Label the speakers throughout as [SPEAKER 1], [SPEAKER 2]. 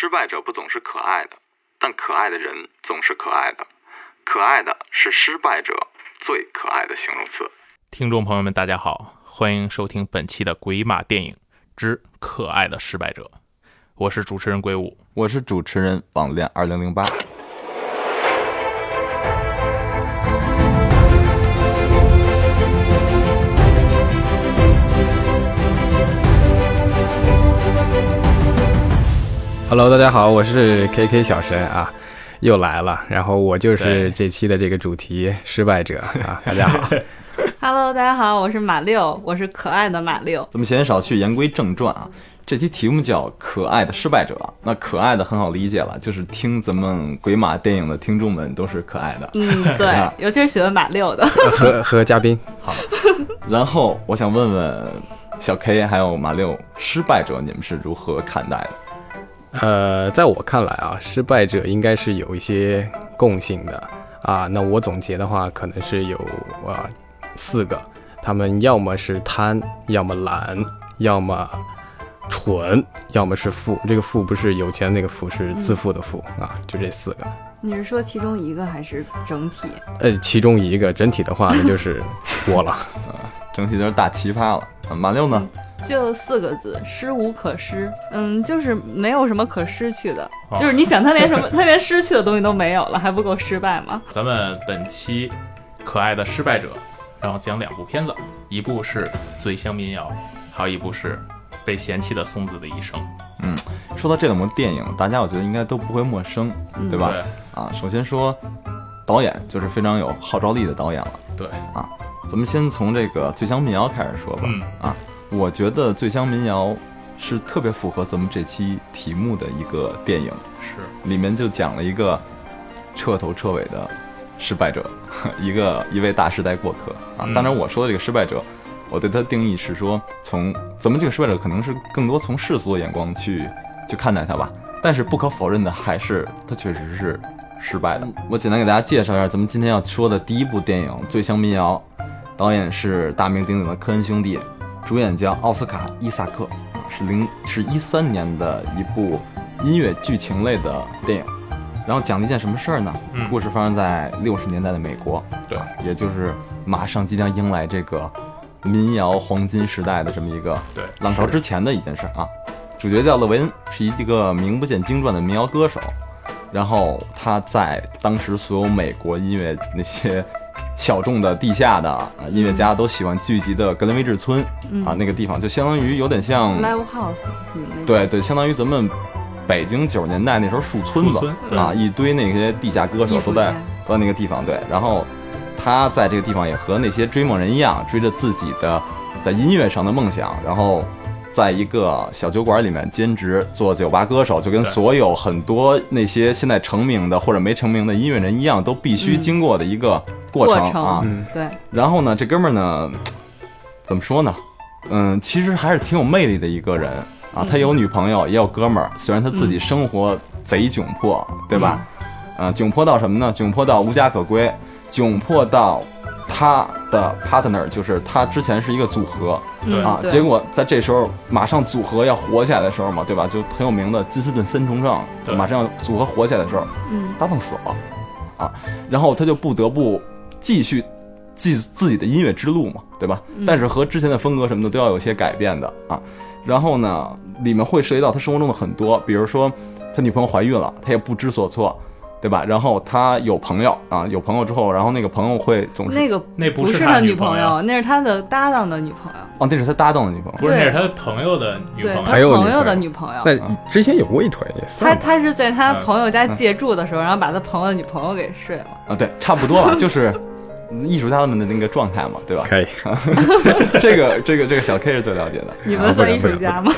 [SPEAKER 1] 失败者不总是可爱的，但可爱的人总是可爱的。可爱的是失败者最可爱的形容词。
[SPEAKER 2] 听众朋友们，大家好，欢迎收听本期的《鬼马电影之可爱的失败者》，我是主持人鬼武，
[SPEAKER 1] 我是主持人网恋2008。
[SPEAKER 3] Hello， 大家好，我是 KK 小神啊，又来了。然后我就是这期的这个主题失败者啊，大家好。
[SPEAKER 4] Hello， 大家好，我是马六，我是可爱的马六。
[SPEAKER 1] 咱们闲少去，言归正传啊。这期题目叫“可爱的失败者”。那可爱的很好理解了，就是听咱们鬼马电影的听众们都是可爱的。
[SPEAKER 4] 对，尤其是喜欢马六的
[SPEAKER 3] 和嘉宾。
[SPEAKER 1] 好，然后我想问问小 K 还有马六，失败者你们是如何看待的？
[SPEAKER 3] 在我看来啊，失败者应该是有一些共性的啊。那我总结的话，可能是有4个，他们要么是贪，要么懒，要么蠢，要么是富。这个富不是有钱那个富，是自负的富啊，就这4个。
[SPEAKER 4] 你是说其中一个还是整体？
[SPEAKER 3] 其中一个，整体的话那就是我了。
[SPEAKER 1] 整体就是大奇葩了。马六呢？
[SPEAKER 4] 就4个字，失无可失。就是没有什么可失去的，就是你想他连失去的东西都没有了，还不够失败吗？
[SPEAKER 2] 咱们本期可爱的失败者，然后讲2部片子，一部是《醉乡民谣》，还有一部是被嫌弃的松子的一生。
[SPEAKER 1] 说到这两部电影，大家我觉得应该都不会陌生，对吧？对首先说导演就是非常有号召力的导演了。
[SPEAKER 2] 对
[SPEAKER 1] 咱们先从这个《醉乡民谣》开始说吧。我觉得《醉乡民谣》是特别符合咱们这期题目的一个电影，
[SPEAKER 2] 是
[SPEAKER 1] 里面就讲了一个彻头彻尾的失败者，一位大时代过客啊。当然，我说的这个失败者，我对他定义是说，从咱们这个失败者可能是更多从世俗的眼光去看待他吧。但是不可否认的还是他确实是失败的。我简单给大家介绍一下咱们今天要说的第一部电影《醉乡民谣》，导演是大名鼎鼎的科恩兄弟。主演叫奥斯卡·伊萨克，是13年的一部音乐剧情类的电影。然后讲了一件什么事儿呢？故事发生在60年代的美国，
[SPEAKER 2] 对，
[SPEAKER 1] 也就是马上即将迎来这个民谣黄金时代的这么一个浪潮之前的一件事啊。主角叫勒维恩，是一个名不见经传的民谣歌手。然后他在当时所有美国音乐那些小众的地下的音乐家都喜欢聚集的格林威治村那个地方就相当于有点像
[SPEAKER 4] live house，
[SPEAKER 1] 对，相当于咱们北京90年代那时候树村子一堆那些地下歌手都在那个地方。对，然后他在这个地方也和那些追梦人一样，追着自己的在音乐上的梦想，然后在一个小酒馆里面兼职做酒吧歌手，就跟所有很多那些现在成名的或者没成名的音乐人一样，都必须经过的一个过程啊。
[SPEAKER 4] 对。
[SPEAKER 1] 然后呢，这哥们儿呢，怎么说呢？其实还是挺有魅力的一个人啊。他有女朋友，也有哥们儿，虽然他自己生活贼窘迫，对吧？窘迫到什么呢？窘迫到无家可归，窘迫到他的 partner 就是他之前是一个组合。结果在这时候马上组合要火起来的时候嘛，对吧？就很有名的金斯顿3重唱，马上要组合火起来的时候，搭档死了然后他就不得不继续自己的音乐之路嘛，对吧？但是和之前的风格什么的都要有些改变的然后呢，里面会涉及到他生活中的很多，比如说他女朋友怀孕了，他也不知所措，对吧？然后他有朋友有朋友之后，然后那个朋友会总是
[SPEAKER 2] 那
[SPEAKER 4] 不是他女朋友，那是他的搭档的女朋友。
[SPEAKER 1] 那是他搭档的女朋友，
[SPEAKER 2] 不是，那是他朋友的女朋友，
[SPEAKER 4] 他朋友的女朋友。
[SPEAKER 3] 那之前有过一腿，也算。
[SPEAKER 4] 他是在他朋友家借住的时候，然后把他朋友的女朋友给睡了。
[SPEAKER 1] 对，差不多了，就是艺术家们的那个状态嘛，对吧？
[SPEAKER 3] 可以。
[SPEAKER 1] 这个小 K 是最了解的。
[SPEAKER 4] 你们算艺术家吗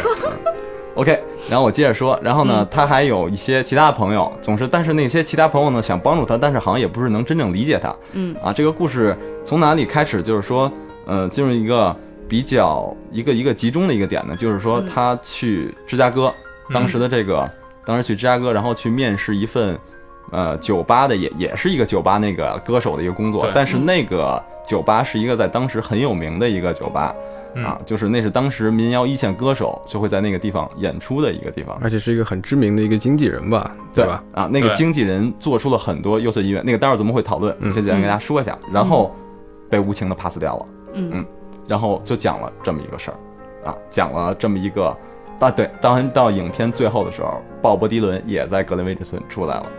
[SPEAKER 1] ？OK， 然后我接着说，然后呢，他还有一些其他朋友，但是那些其他朋友呢想帮助他，但是好像也不是能真正理解他。这个故事从哪里开始？就是说，进入一个比较一个集中的一个点呢，就是说他去芝加哥，当时去芝加哥，然后去面试一份酒吧的也是一个酒吧那个歌手的一个工作，但是那个酒吧是一个在当时很有名的一个酒吧啊，就是那是当时民谣一线歌手就会在那个地方演出的一个地方，
[SPEAKER 3] 而且是一个很知名的一个经纪人吧，
[SPEAKER 1] 对
[SPEAKER 3] 吧？
[SPEAKER 1] 啊，那个经纪人做出了很多优色音乐，那个待会儿咱们会讨论，先简单跟大家说一下，然后被无情的 pass 掉了，然后就讲了这么一个事儿，啊，讲了这么一个，对，当到影片最后的时候，鲍勃迪伦也在格雷威治村出来了，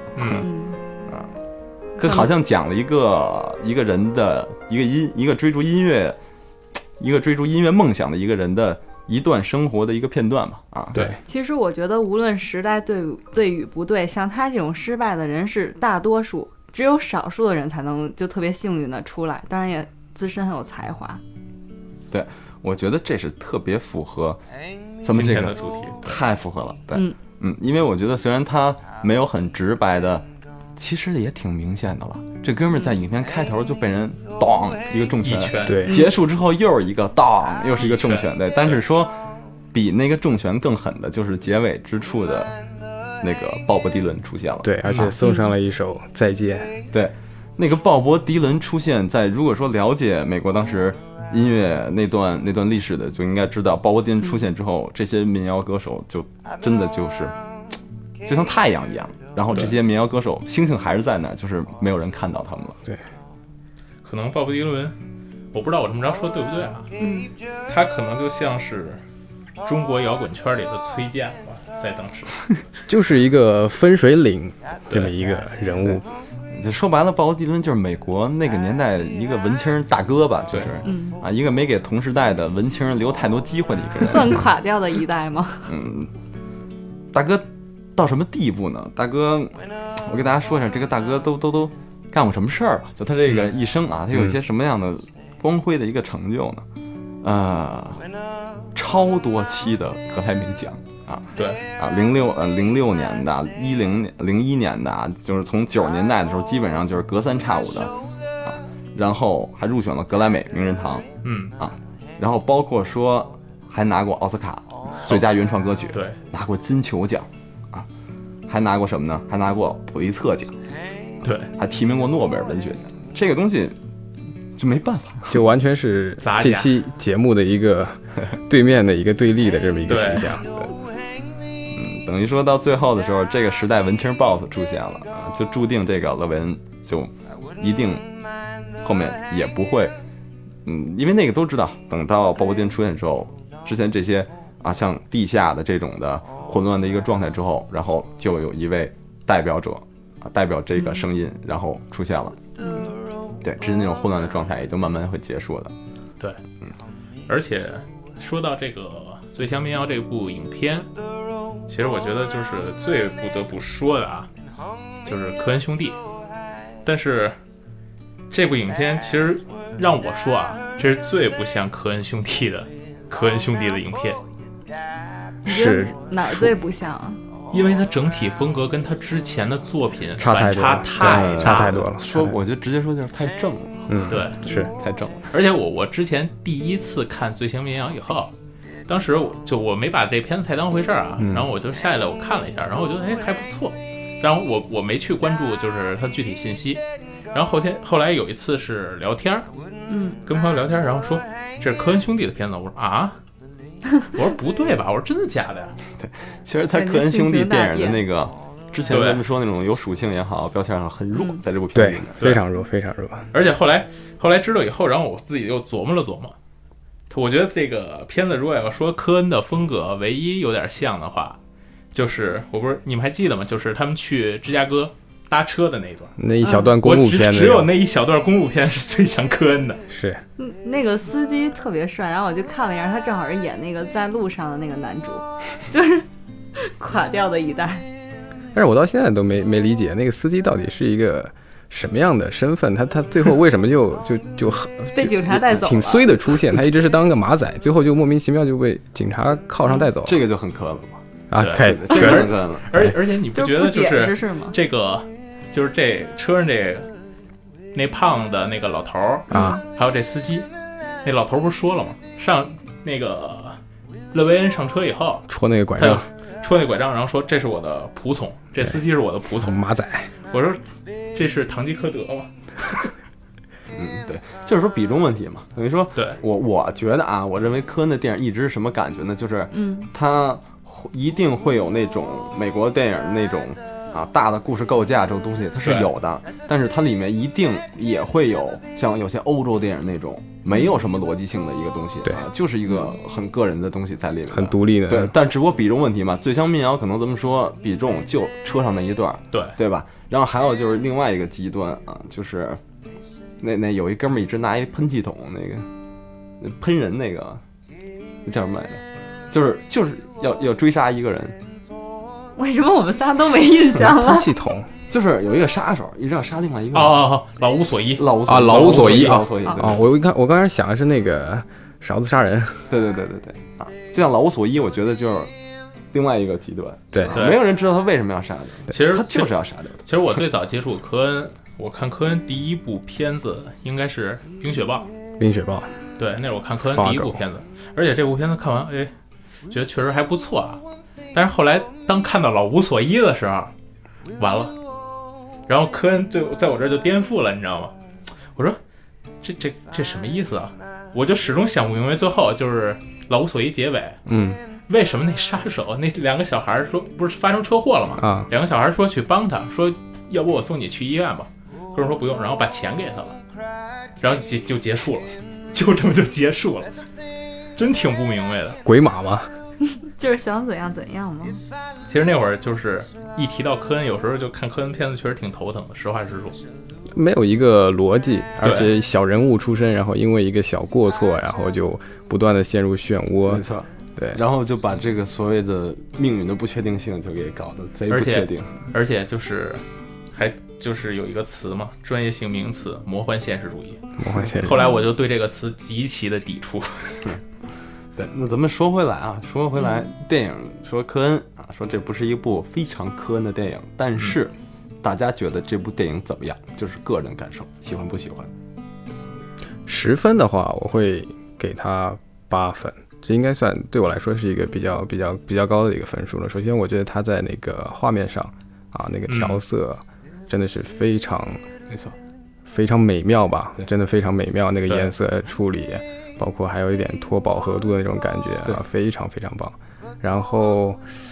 [SPEAKER 1] 就好像讲了一个人的一个追逐音乐梦想的一个人的一段生活的一个片段吧，啊，
[SPEAKER 3] 对。
[SPEAKER 4] 其实我觉得无论时代对与不对，像他这种失败的人是大多数，只有少数的人才能就特别幸运的出来，当然也自身很有才华。
[SPEAKER 1] 对，我觉得这是特别符合咱们这个
[SPEAKER 2] 主题，
[SPEAKER 1] 太符合了。对，因为我觉得虽然他没有很直白的，其实也挺明显的了。这哥们儿在影片开头就被人当一个重拳，
[SPEAKER 3] 对，
[SPEAKER 1] 结束之后又是一个当，又是一个重拳，对。但是说比那个重拳更狠的，就是结尾之处的那个鲍勃迪伦出现了，
[SPEAKER 3] 对，而且送上了一首再见。
[SPEAKER 1] 对，那个鲍勃迪伦出现在，如果说了解美国当时音乐那段历史的，就应该知道鲍勃迪伦出现之后，这些民谣歌手就真的就像太阳一样，然后这些民谣歌手星星还是在那儿，就是没有人看到他们了。
[SPEAKER 3] 对，
[SPEAKER 2] 可能鲍勃迪伦，我不知道我这么着说对不对啊？他可能就像是中国摇滚圈里的崔健吧，在当时
[SPEAKER 3] 就是一个分水岭这么一个人物。
[SPEAKER 1] 说白了，鲍勃迪伦就是美国那个年代一个文青大哥吧，就是啊，一个没给同时代的文青留太多机会的一个人。
[SPEAKER 4] 算垮掉的一代吗？
[SPEAKER 1] 大哥到什么地步呢？大哥，我给大家说一下，这个大哥都干过什么事儿吧？就他这个一生啊，他有一些什么样的光辉的一个成就呢？超多期的格莱美奖。
[SPEAKER 2] 对
[SPEAKER 1] 啊，06年的，10年、01年的，就是从90年代的时候，基本上就是隔三差五的啊，然后还入选了格莱美名人堂，然后包括说还拿过奥斯卡最佳原创歌曲，
[SPEAKER 2] 对，
[SPEAKER 1] 拿过金球奖啊，还拿过什么呢？还拿过普利策奖，
[SPEAKER 2] 对，
[SPEAKER 1] 还提名过诺贝尔文学奖，这个东西就没办法，
[SPEAKER 3] 就完全是这期节目的一个对面的一个对立的这么一个形象。
[SPEAKER 1] 等于说到最后的时候，这个时代文青 boss 出现了啊，就注定这个勒维恩就一定后面也不会，因为那个都知道，等到鲍勃迪伦出现之后，之前这些啊像地下的这种的混乱的一个状态之后，然后就有一位代表者啊代表这个声音，然后出现了，对，之前那种混乱的状态也就慢慢会结束的。
[SPEAKER 2] 对，而且说到这个《醉乡民谣》这部影片。其实我觉得就是最不得不说的啊，就是科恩兄弟。但是这部影片其实让我说啊，这是最不像科恩兄弟的影片。
[SPEAKER 3] 是
[SPEAKER 4] 哪儿最不像啊？
[SPEAKER 2] 因为它整体风格跟他之前的作品
[SPEAKER 3] 差太多了。
[SPEAKER 1] 我觉得直接说就是太正了。
[SPEAKER 2] 对，
[SPEAKER 3] 是
[SPEAKER 1] 太正了。
[SPEAKER 2] 而且我之前第一次看《醉乡民谣》以后。当时我没把这片子太当回事啊，然后我就下来我看了一下，然后我觉得还不错，然后我没去关注就是它具体信息，然后后来有一次是聊天，跟朋友聊天，然后说这是科恩兄弟的片子，我说啊，我说不对吧，我说真的假的呀？
[SPEAKER 1] 对，其实他科恩兄弟电影的那个之前咱们说那种有属性也好，标签也好，很弱，在这部片子里面
[SPEAKER 3] 非常弱，非常弱。
[SPEAKER 2] 而且后来知道以后，然后我自己又琢磨了琢磨。我觉得这个片子如果要说科恩的风格唯一有点像的话，就是我不是你们还记得吗？就是他们去芝加哥搭车的那段，
[SPEAKER 3] 那一小段公路片，
[SPEAKER 2] 只有那一小段公路片是最像科恩的。
[SPEAKER 3] 是，
[SPEAKER 4] 那个司机特别帅，然后我就看了一下，他正好是演那个在路上的那个男主，就是垮掉的一代。
[SPEAKER 3] 但是我到现在都没理解那个司机到底是一个什么样的身份，他最后为什么就
[SPEAKER 4] 被警察带走了？
[SPEAKER 3] 挺衰的出现，他一直是当个马仔，最后就莫名其妙就被警察铐上带走了。
[SPEAKER 1] 这个就很可恩了嘛？
[SPEAKER 3] 啊，可以，
[SPEAKER 1] 这个很可恩了。
[SPEAKER 2] 而且你不觉得
[SPEAKER 4] 就是
[SPEAKER 2] 这个就是这车上那胖的那个老头
[SPEAKER 3] 啊，
[SPEAKER 2] 还有这司机，那老头不是说了吗？上那个勒维恩上车以后
[SPEAKER 3] 戳那个拐杖，
[SPEAKER 2] 然后说这是我的仆从，这司机是我的仆从
[SPEAKER 3] 马仔。
[SPEAKER 2] 我说这是堂吉诃德吗？
[SPEAKER 1] 对， 就是说比重问题嘛，等于说，
[SPEAKER 2] 对
[SPEAKER 1] 我觉得啊，我认为科恩的电影一直是什么感觉呢？就是他一定会有那种美国电影那种大的故事构架这种东西，它是有的，但是它里面一定也会有像有些欧洲电影那种没有什么逻辑性的一个东西，
[SPEAKER 3] 对，
[SPEAKER 1] 就是一个很个人的东西在里面，
[SPEAKER 3] 很独立的，
[SPEAKER 1] 对，但只不过比重问题嘛，醉乡民谣可能这么说，比重就车上那一段，对吧？然后还有就是另外一个极端啊，就是那有一哥们儿一直拿一喷气筒，那喷人那个叫什么来着？就是要追杀一个人。
[SPEAKER 4] 为什么我们仨都没印象了？
[SPEAKER 3] 喷气筒
[SPEAKER 1] 就是有一个杀手一直要杀另外一个人。
[SPEAKER 2] 老无所依，
[SPEAKER 1] 老无
[SPEAKER 3] 所依
[SPEAKER 1] 啊！
[SPEAKER 3] 我刚才想的是那个勺子杀人。
[SPEAKER 1] 对啊，就像老无所依，我觉得就是另外一个极端。对，没有人知道他为什么要杀他。
[SPEAKER 2] 其实
[SPEAKER 1] 他就是要杀掉他。
[SPEAKER 2] 其实我最早接触科恩，我看科恩第一部片子应该是《冰雪暴》。
[SPEAKER 3] 冰雪暴，
[SPEAKER 2] 对，那是我看科恩第一部片子，而且这部片子看完，觉得确实还不错啊。但是后来当看到老无所依的时候，完了，然后科恩就在我这儿就颠覆了，你知道吗？我说这什么意思啊？我就始终想不明白，最后就是老无所依结尾，为什么那杀手那两个小孩说不是发生车祸了吗？啊，两个小孩说去帮他，说要不我送你去医院吧，哥们说不用，然后把钱给他了，然后就结束了，就这么就结束了，真挺不明白的。
[SPEAKER 3] 鬼马吗？
[SPEAKER 4] 就是想怎样怎样吗？
[SPEAKER 2] 其实那会儿就是一提到科恩，有时候就看科恩片子确实挺头疼的，实话实说。
[SPEAKER 3] 没有一个逻辑，而且小人物出身，然后因为一个小过错，然后就不断的陷入漩涡。
[SPEAKER 1] 没错，
[SPEAKER 3] 对，
[SPEAKER 1] 然后就把这个所谓的命运的不确定性就给搞得贼不确定。
[SPEAKER 2] 而且就是还就是有一个词嘛，专业性名词，魔幻现实主义。
[SPEAKER 3] 魔幻现实。
[SPEAKER 2] 后来我就对这个词极其的抵触。
[SPEAKER 1] 对，那咱们说回来电影说科恩啊，说这不是一部非常科恩的电影，但是大家觉得这部电影怎么样？就是个人感受，喜欢不喜欢
[SPEAKER 3] ？10分的话，我会给他8分，这应该算对我来说是一个比较高的一个分数了。首先，我觉得他在那个画面上啊，那个调色真的是非常
[SPEAKER 1] 没错，
[SPEAKER 3] 非常美妙吧，真的非常美妙，那个颜色处理。包括还有一点脱饱和度的那种感觉啊，非常非常棒。然后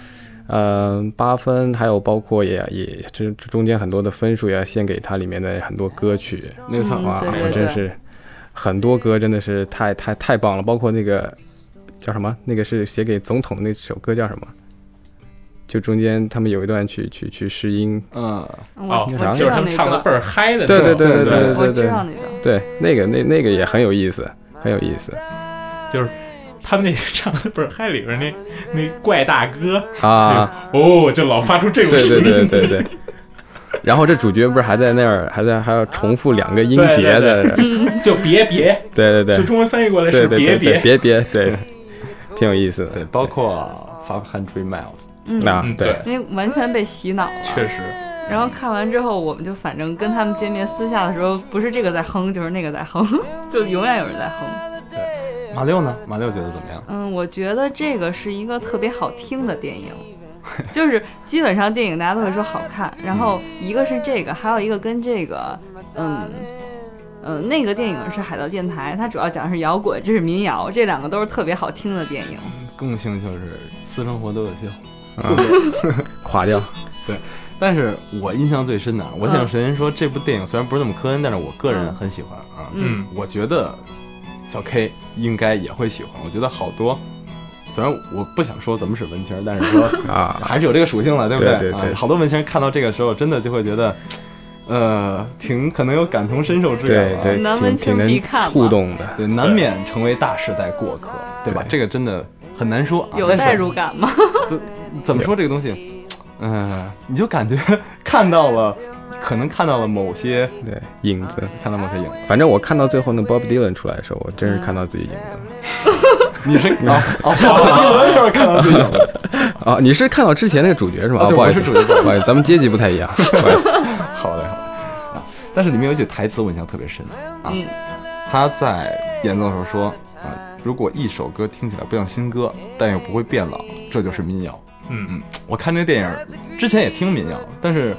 [SPEAKER 3] ，8分，还有包括也这中间很多的分数也要献给它里面的很多歌曲，
[SPEAKER 1] 没错
[SPEAKER 3] 啊，真是很多歌真的是太棒了。包括那个叫什么，那个是写给总统那首歌叫什么？就中间他们有一段去试音，
[SPEAKER 2] 就是他们唱的倍儿嗨的，
[SPEAKER 3] 对，
[SPEAKER 4] 我知道那个，
[SPEAKER 3] 对，那个也很有意思。很有意思，
[SPEAKER 2] 就是他们那唱的倍儿嗨里边那怪大哥
[SPEAKER 3] 啊，
[SPEAKER 2] 就老发出这种声音，
[SPEAKER 3] 对。然后这主角不是还在那儿，还要重复2个音节的，
[SPEAKER 2] 就别，
[SPEAKER 3] 对，
[SPEAKER 2] 就中文翻译过来是别，
[SPEAKER 3] 对，挺有意思的。
[SPEAKER 1] 对，包括500 miles，
[SPEAKER 3] 对，
[SPEAKER 4] 因为完全被洗脑了，
[SPEAKER 2] 确实。
[SPEAKER 4] 然后看完之后，我们就反正跟他们见面私下的时候，不是这个在哼，就是那个在哼，就永远有人在哼。
[SPEAKER 1] 对，马六呢？马六觉得怎么样？
[SPEAKER 4] 我觉得这个是一个特别好听的电影，就是基本上电影大家都会说好看，然后一个是这个，还有一个跟这个，那个电影是《海盗电台》，它主要讲的是摇滚，这是民谣，这2个都是特别好听的电影。
[SPEAKER 1] 共性就是私生活都有秀，
[SPEAKER 3] 垮掉。
[SPEAKER 1] 对。但是我印象最深的，我想首先说这部电影虽然不是那么科恩，但是我个人很喜欢啊。我觉得小 K 应该也会喜欢。我觉得好多，虽然我不想说咱们是文青，但是说还是有这个属性了，对不对？
[SPEAKER 3] 对，
[SPEAKER 1] 好多文青看到这个时候，真的就会觉得，挺可能有感同身受之感，
[SPEAKER 3] 对，
[SPEAKER 4] 男文青必看，
[SPEAKER 3] 触动的，
[SPEAKER 1] 对，难免成为大时代过客，对吧？这个真的很难说，
[SPEAKER 4] 有代入感吗？
[SPEAKER 1] 怎么说这个东西？你就感觉可能看到了某些
[SPEAKER 3] 影子，
[SPEAKER 1] 看到某些影子。
[SPEAKER 3] 反正我看到最后那 Bob Dylan 出来的时候，我真是看到自己影子。
[SPEAKER 1] 你是Bob Dylan 时候看到自己影子
[SPEAKER 3] 你是看到之前那个主角是吗？
[SPEAKER 1] 对，我是主角，
[SPEAKER 3] 不好意思，咱们阶级不太一样。
[SPEAKER 1] 好嘞。但是里面有一句台词我印象特别深啊，他在演奏的时候说如果一首歌听起来不像新歌，但又不会变老，这就是民谣。我看这个电影之前也听民谣，但是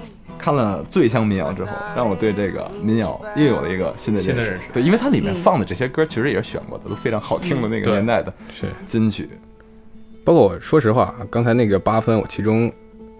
[SPEAKER 1] 看了《醉乡民谣》之后，让我对这个民谣又有了一个新的认识。对，因为它里面放的这些歌确实也是选过的，都非常好听的那个年代的金曲。
[SPEAKER 3] 包括我说实话，刚才那个8分，我其中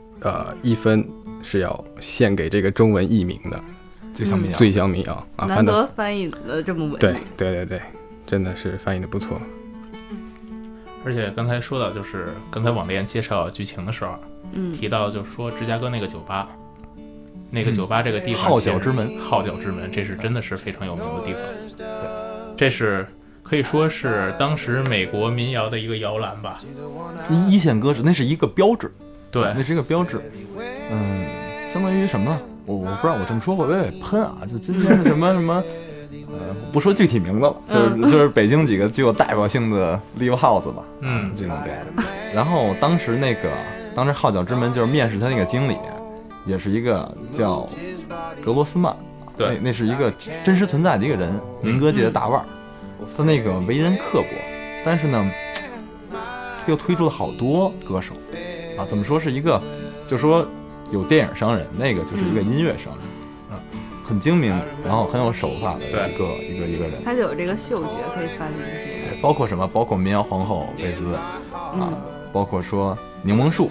[SPEAKER 3] 1分是要献给这个中文译名的
[SPEAKER 1] 《醉乡民谣》
[SPEAKER 3] 啊，
[SPEAKER 4] 难得翻译的这么稳
[SPEAKER 3] 定。对，真的是翻译的不错。
[SPEAKER 2] 而且刚才说到，就是刚才网恋介绍剧情的时候，提到就是说芝加哥那个酒吧，那个酒吧这个地方
[SPEAKER 1] 号角之门，
[SPEAKER 2] 这是真的是非常有名的地方。这是可以说是当时美国民谣的一个摇篮吧，
[SPEAKER 1] 一线歌手，那是一个标志。
[SPEAKER 2] 对，
[SPEAKER 1] 那是一个标志。相当于什么？我不知道，我这么说会不会喷啊？就今天的什么不说具体名字了，就是北京几个具有代表性的 live house 吧，这种店。然后当时号角之门就是面试他那个经理，也是一个叫格罗斯曼，
[SPEAKER 2] 对，
[SPEAKER 1] 那是一个真实存在的一个人，民歌界的大腕。他那个为人刻薄，但是呢，又推出了好多歌手啊。怎么说是一个，就说有电影商人，那个就是一个音乐商人。很精明，然后很有手法的一个人，
[SPEAKER 4] 他就有这个嗅觉可以发现一些。
[SPEAKER 1] 对，包括什么？包括民谣皇后贝斯包括说柠檬树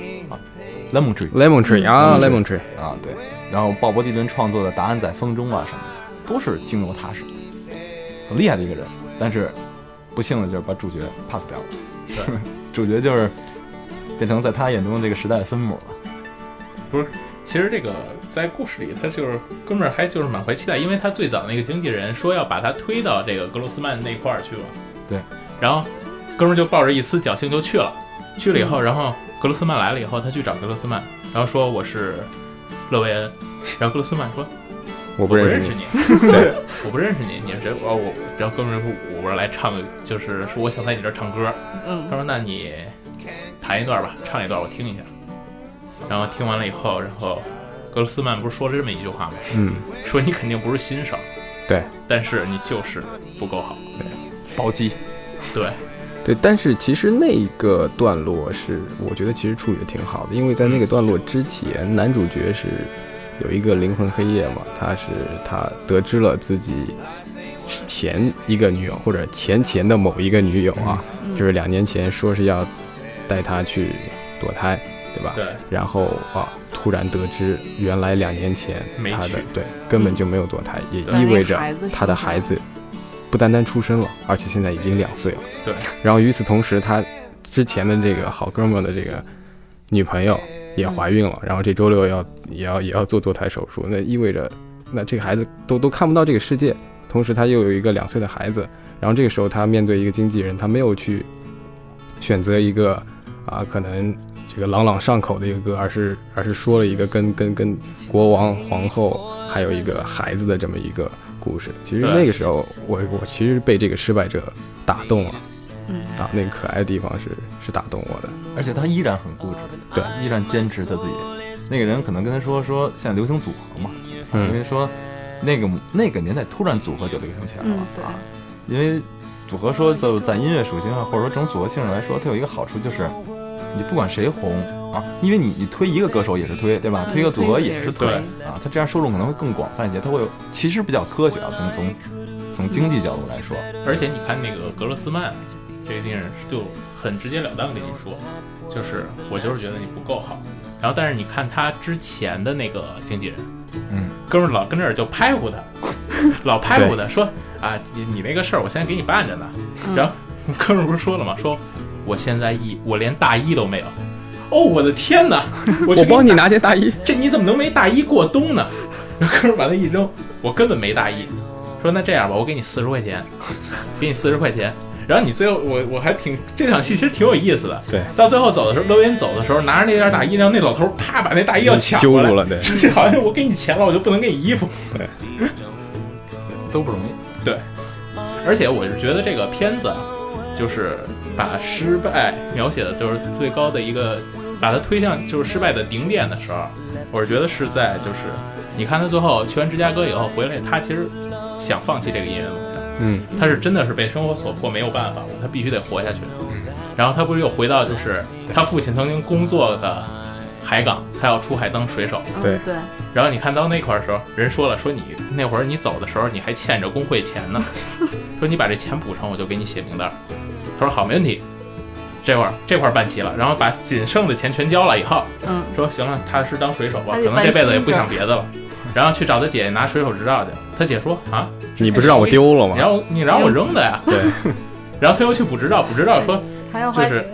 [SPEAKER 1] ，lemon tree
[SPEAKER 3] 啊 ，lemon tree
[SPEAKER 1] 啊，对。然后鲍勃迪伦创作的《答案在风中》啊什么的，都是经由他手，很厉害的一个人。但是不幸的就是把主角 pass 掉了，对，主角就是变成在他眼中这个时代的分母了。
[SPEAKER 2] 不是，其实这个。在故事里，他就是哥们儿，还就是满怀期待，因为他最早那个经纪人说要把他推到这个格罗斯曼那块儿去了。
[SPEAKER 1] 对，
[SPEAKER 2] 然后哥们儿就抱着一丝侥幸就去了以后，然后格罗斯曼来了以后，他去找格罗斯曼，然后说我是勒维恩，然后格罗斯曼说我不认识你，对，我不认识你，你是谁？然后哥们儿说我来唱，就是说我想在你这儿唱歌。他说那你弹一段吧，唱一段我听一下。然后听完了以后，然后。格罗斯曼不是说了这么一句话吗？说你肯定不是新手，
[SPEAKER 3] 对，
[SPEAKER 2] 但是你就是不够好，
[SPEAKER 1] 对，暴击，
[SPEAKER 3] 对，但是其实那个段落是，我觉得其实处理的挺好的，因为在那个段落之前，男主角是有一个灵魂黑夜嘛，他得知了自己前一个女友或者前的某一个女友啊，就是2年前说是要带他去堕胎。对吧？
[SPEAKER 2] 对。
[SPEAKER 3] 然后突然得知原来2年前他的根本就没有堕胎，也意味着他的孩子不单单出生了，而且现在已经2岁了。
[SPEAKER 2] 对。
[SPEAKER 3] 然后与此同时，他之前的这个好哥们的这个女朋友也怀孕了，然后这周六也要做堕胎手术，那意味着那这个孩子都看不到这个世界，同时他又有一个2岁的孩子，然后这个时候他面对一个经纪人，他没有去选择一个可能。这个朗朗上口的一个歌，而是说了一个跟国王、皇后还有一个孩子的这么一个故事。其实那个时候我其实被这个失败者打动了，那个可爱的地方是打动我的。
[SPEAKER 1] 而且他依然很固执，
[SPEAKER 3] 对，
[SPEAKER 1] 依然坚持他自己。那个人可能跟他说现在流行组合嘛，因为说那个年代突然组合就流行起来了因为组合说就在音乐属性或者说这种组合性上来说，它有一个好处就是。你不管谁红因为你推一个歌手也是推，对吧？推一个组合也是推他这样受众可能会更广泛一些，他会其实比较科学从经济角度来说。
[SPEAKER 2] 而且你看那个格罗斯曼这个经纪人就很直截了当跟你说，就是我就是觉得你不够好。然后但是你看他之前的那个经纪人，哥们儿老跟这儿就拍呼他，老拍呼他说你那个事儿我现在给你办着呢。然后哥们儿不是说了吗？说。我现在我连大衣都没有，我的天哪！我
[SPEAKER 3] 帮你拿件大衣，
[SPEAKER 2] 这你怎么能没大衣过冬呢？然后哥们把它一扔，我根本没大衣。说那这样吧，我给你40块钱，给你40块钱。然后你最后我还这场戏其实挺有意思的。
[SPEAKER 3] 对，
[SPEAKER 2] 到最后走的时候，乐云走的时候拿着那件大衣，让那老头啪把那大衣要抢过来，
[SPEAKER 3] 揪住了。对，
[SPEAKER 2] 这好像我给你钱了，我就不能给你衣服。
[SPEAKER 3] 对，
[SPEAKER 1] 都不容易。
[SPEAKER 2] 对，而且我是觉得这个片子。就是把失败描写的就是最高的一个，把它推向就是失败的顶点的时候，我是觉得是在就是你看他最后去完芝加哥以后回来，他其实想放弃这个音乐梦想，他是真的是被生活所迫没有办法了，他必须得活下去。然后他不是又回到就是他父亲曾经工作的海港，他要出海当水手。
[SPEAKER 3] 对
[SPEAKER 4] 对，
[SPEAKER 2] 然后你看到那块儿的时候，人说了，说你那会儿你走的时候你还欠着工会钱呢，说你把这钱补成，我就给你写名单。他说好，没问题。这块办齐了，然后把仅剩的钱全交了以后，说行了，他是当水手吧，可能这辈子也不想别的了。然后去找他姐拿水手执照去，他姐说啊，
[SPEAKER 3] 你不是让我丢了吗？
[SPEAKER 2] 你让我扔的呀。
[SPEAKER 3] 对。
[SPEAKER 2] 然后他又去补执照说
[SPEAKER 4] 还要
[SPEAKER 2] 就是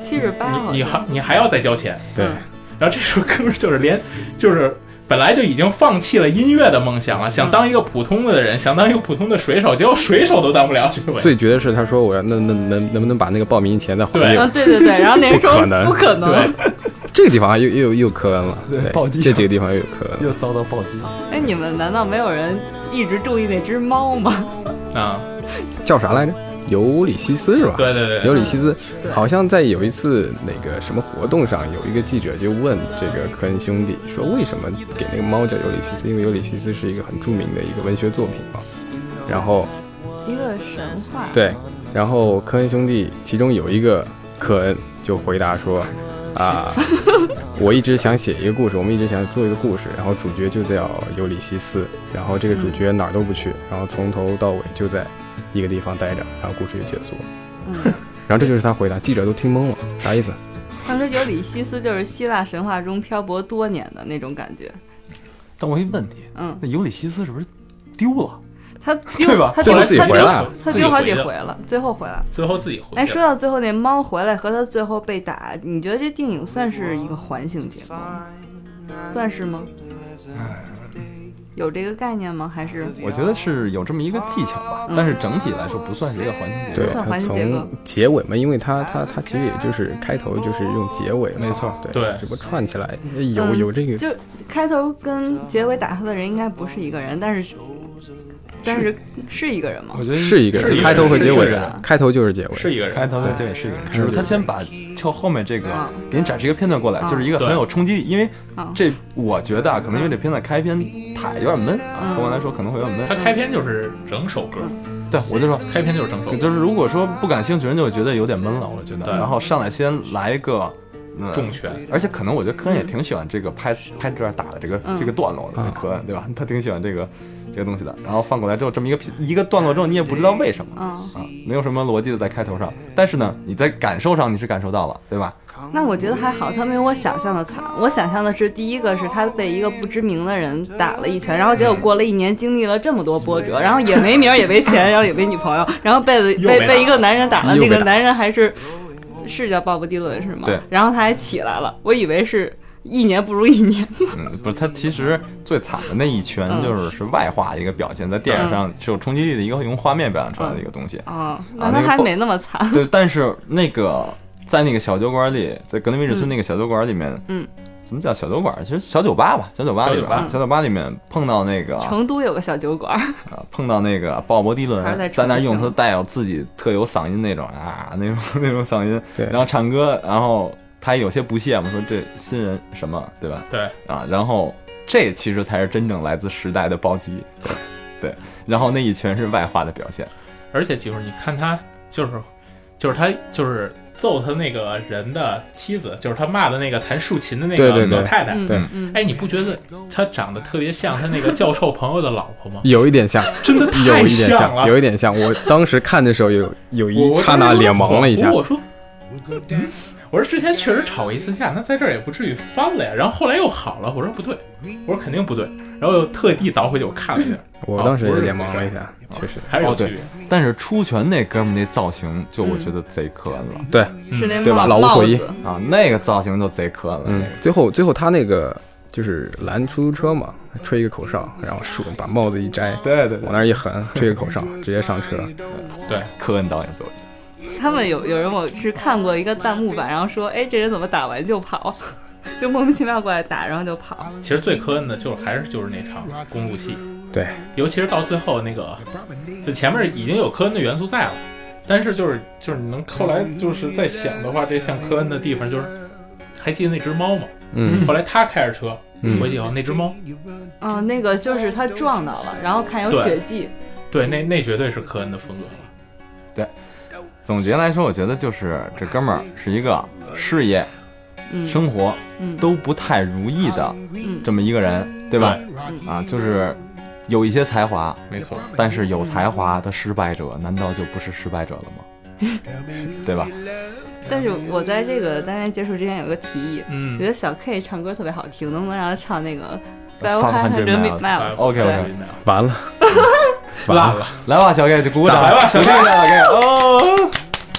[SPEAKER 4] 78，
[SPEAKER 2] 你还要再交钱。
[SPEAKER 3] 对。
[SPEAKER 2] 然后这时候哥们就是本来就已经放弃了音乐的梦想了，想当一个普通的人，想当一个普通的水手，结果水手都当不了。
[SPEAKER 3] 最绝的是他说我要能不能把那个报名钱再还给我？
[SPEAKER 4] 对，然后那人说不可能。
[SPEAKER 2] 对，
[SPEAKER 3] 这个地方又磕恩了，对，
[SPEAKER 1] 暴击，
[SPEAKER 3] 这几个地方又有磕恩，
[SPEAKER 1] 又遭到暴击。
[SPEAKER 4] 哎，你们难道没有人一直注意那只猫吗？
[SPEAKER 2] 啊，
[SPEAKER 3] 叫啥来着？尤里西斯是吧？
[SPEAKER 2] 对，
[SPEAKER 3] 尤里西斯好像在有一次那个什么活动上，有一个记者就问这个科恩兄弟说，为什么给那个猫叫尤里西斯？因为尤里西斯是一个很著名的一个文学作品嘛。然后
[SPEAKER 4] 一个神话。
[SPEAKER 3] 对，然后科恩兄弟其中有一个科恩就回答说啊，我一直想写一个故事，我们一直想做一个故事，然后主角就叫尤里西斯，然后这个主角哪儿都不去，然后从头到尾就在一个地方待着，然后故事就结束了。然后这就是他回答，记者都听懵了，啥意思？
[SPEAKER 4] 他说尤里西斯就是希腊神话中漂泊多年的那种感觉。
[SPEAKER 1] 但我有一问题，那尤里西斯是不是丢了？
[SPEAKER 4] 他
[SPEAKER 1] 对吧？
[SPEAKER 3] 最后自己回来了，
[SPEAKER 4] 他丢好几回了，最后回来，
[SPEAKER 2] 最后自己回来。
[SPEAKER 4] 哎，说到最后那猫回来和他最后被打，你觉得这电影算是一个环形结构吗？算是吗？有这个概念吗？还是
[SPEAKER 1] 我觉得是有这么一个技巧吧，但是整体来说不算是一个环形结构。
[SPEAKER 3] 对，它从结尾嘛，因为它其实也就是开头就是用结尾，
[SPEAKER 1] 没错，
[SPEAKER 2] 对，
[SPEAKER 3] 这不串起来有这个，
[SPEAKER 4] 就开头跟结尾打他的人应该不是一个人，但是是一个人吗？
[SPEAKER 1] 我觉得
[SPEAKER 3] 是一个人，开头和结尾，开头就是结尾，
[SPEAKER 2] 是一个人，
[SPEAKER 1] 开头和结尾是一个人，只是他先把后面这个给你展示一个片段过来，就是一个很有冲击力。因为这我觉得可能因为这片子开篇太有点闷客观来说可能会有点闷。
[SPEAKER 2] 他开篇就是整首歌，
[SPEAKER 1] 对，我就说
[SPEAKER 2] 开篇就是整首歌，
[SPEAKER 1] 就是如果说不感兴趣人就会觉得有点闷了，我觉得。然后上来先来一个
[SPEAKER 2] 重拳，
[SPEAKER 1] 而且可能我觉得科恩也挺喜欢这个拍这段打的这个段落的，科恩对吧？他挺喜欢这个东西的。然后放过来之后，这么一个段落之后，你也不知道为什么没有什么逻辑的在开头上，但是呢，你在感受上你是感受到了，对吧？
[SPEAKER 4] 那我觉得还好，他没有我想象的惨。我想象的是，第一个是他被一个不知名的人打了一拳，然后结果过了1年，经历了这么多波折，然后也没名也没钱，然后也没女朋友，然后被一个男人打了，那个男人还是叫鲍勃迪伦是吗？
[SPEAKER 1] 对，
[SPEAKER 4] 然后他还起来了，我以为是1年不如1年。
[SPEAKER 1] 不是，他其实最惨的那一拳是外化的一个表现，在电影上是有冲击力的一个用画面表现出来的一个东西
[SPEAKER 4] 那他还没那么惨。
[SPEAKER 1] 对，但是那个在那个小酒馆里，在格林威治村那个小酒馆里面，什么叫小酒馆？其实小酒吧吧，小酒吧里面碰到那个
[SPEAKER 4] 成都有个小酒馆
[SPEAKER 1] 碰到那个鲍勃迪伦在那用他带有自己特有嗓音那种那种嗓音，然后唱歌，然后他有些不屑嘛，说这新人什么，对吧？
[SPEAKER 2] 对
[SPEAKER 1] 然后这其实才是真正来自时代的暴击，对，然后那一拳是外化的表现，
[SPEAKER 2] 而且就是你看他就是他就是揍他那个人的妻子，就是他骂的那个弹竖琴的那个老太太，
[SPEAKER 3] 对，
[SPEAKER 2] 哎，你不觉得他长得特别像他那个教授朋友的老婆吗？
[SPEAKER 3] 有一点像，
[SPEAKER 2] 真的太像了，
[SPEAKER 3] 有一点像。我当时看的时候有一刹那脸盲了一下。
[SPEAKER 2] 我说之前确实吵过一次架，那在这儿也不至于翻了呀。然后后来又好了，我说不对，我说肯定不对，然后又特地倒回去我看了一下，
[SPEAKER 3] 我当时也脸盲了一下，确实
[SPEAKER 2] 还是有区别。
[SPEAKER 1] 但是出拳那哥们那造型，就我觉得贼科恩了，
[SPEAKER 3] 对，
[SPEAKER 4] 是那
[SPEAKER 3] 对吧？老无所依
[SPEAKER 1] 那个造型就贼科恩了。
[SPEAKER 3] 最后他那个就是拦出租车嘛，吹一个口哨，然后把帽子一摘，
[SPEAKER 1] 对，
[SPEAKER 3] 往那儿一横，吹个口哨，直接上车。
[SPEAKER 2] 对，
[SPEAKER 1] 科恩导演作品。
[SPEAKER 4] 他们有人我是看过一个弹幕版，然后说，哎，这人怎么打完就跑，就莫名其妙过来打，然后就跑。
[SPEAKER 2] 其实最科恩的就是那场公路戏，
[SPEAKER 3] 对，
[SPEAKER 2] 尤其是到最后那个，就前面已经有科恩的元素在了，但是就是你能后来就是在想的话，这像科恩的地方就是，还记得那只猫吗？后来他开着车回去以后，那只猫，
[SPEAKER 4] 那个就是他撞到了，然后看有血迹，
[SPEAKER 2] 对，那绝对是科恩的风格了，
[SPEAKER 1] 对。总结来说，我觉得就是这哥们儿是一个事业生活都不太如意的这么一个人，对吧？啊，就是有一些才华，
[SPEAKER 2] 没错，
[SPEAKER 1] 但是有才华的失败者，难道就不是失败者了吗？对吧？
[SPEAKER 4] 但是我在这个单元结束之前有个提议，觉得小 K 唱歌特别好听，能不能让他唱那个500 miles？
[SPEAKER 1] OK，
[SPEAKER 3] 完了，
[SPEAKER 2] 烂了，
[SPEAKER 1] 来吧，小 K 就鼓掌，
[SPEAKER 2] 来吧，小 K，
[SPEAKER 1] 小 K， 哦。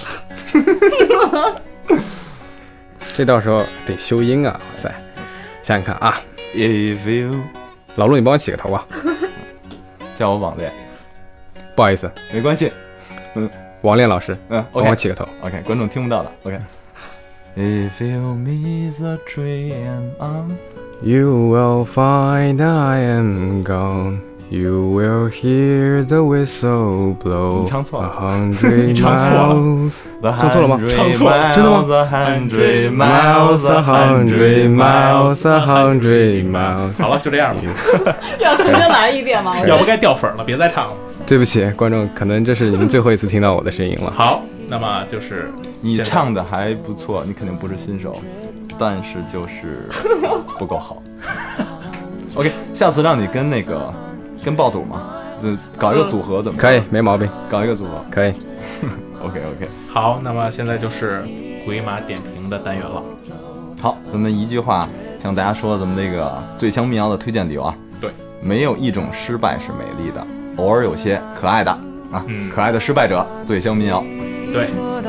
[SPEAKER 3] 这到时候得修音啊！哇塞，想想看啊
[SPEAKER 1] ，If you
[SPEAKER 3] 老陆，你帮我起个头吧。
[SPEAKER 1] 叫我网恋，
[SPEAKER 3] 不好意思，
[SPEAKER 1] 没关系。
[SPEAKER 3] 王恋老师，
[SPEAKER 1] 帮
[SPEAKER 3] 我起个头。
[SPEAKER 1] OK， 观众听不到的。OK。If you miss a train on,
[SPEAKER 3] you will find I am gone. You will hear the whistle blow.
[SPEAKER 1] 你唱错了，
[SPEAKER 3] 100
[SPEAKER 2] 唱错了
[SPEAKER 3] miles.
[SPEAKER 1] 唱
[SPEAKER 3] 错了吗？
[SPEAKER 2] 唱错了，
[SPEAKER 3] 真的吗
[SPEAKER 1] ？100
[SPEAKER 3] miles, 100 miles.
[SPEAKER 2] 好了，就这样吧。
[SPEAKER 4] 要重新来一遍吗？
[SPEAKER 2] 要不该掉粉了，别再唱了。
[SPEAKER 3] 对不起，观众，可能这是你们最后一次听到我的声音了。
[SPEAKER 2] 好，那么就是
[SPEAKER 1] 你唱的还不错，你肯定不是新手，但是就是不够好。OK， 下次让你跟爆肚嘛，就搞一个组合怎么样？
[SPEAKER 3] 可以，没毛病。
[SPEAKER 1] 搞一个组合
[SPEAKER 3] 可以。
[SPEAKER 1] OK。
[SPEAKER 2] 好，那么现在就是鬼马点评的单元了。
[SPEAKER 1] 好，咱们一句话向大家说咱们这个最香民谣的推荐理由啊。
[SPEAKER 2] 对，没
[SPEAKER 1] 有一种失败是美丽的，偶尔有些可爱的啊，可爱的失败者，最香民谣。
[SPEAKER 2] 对。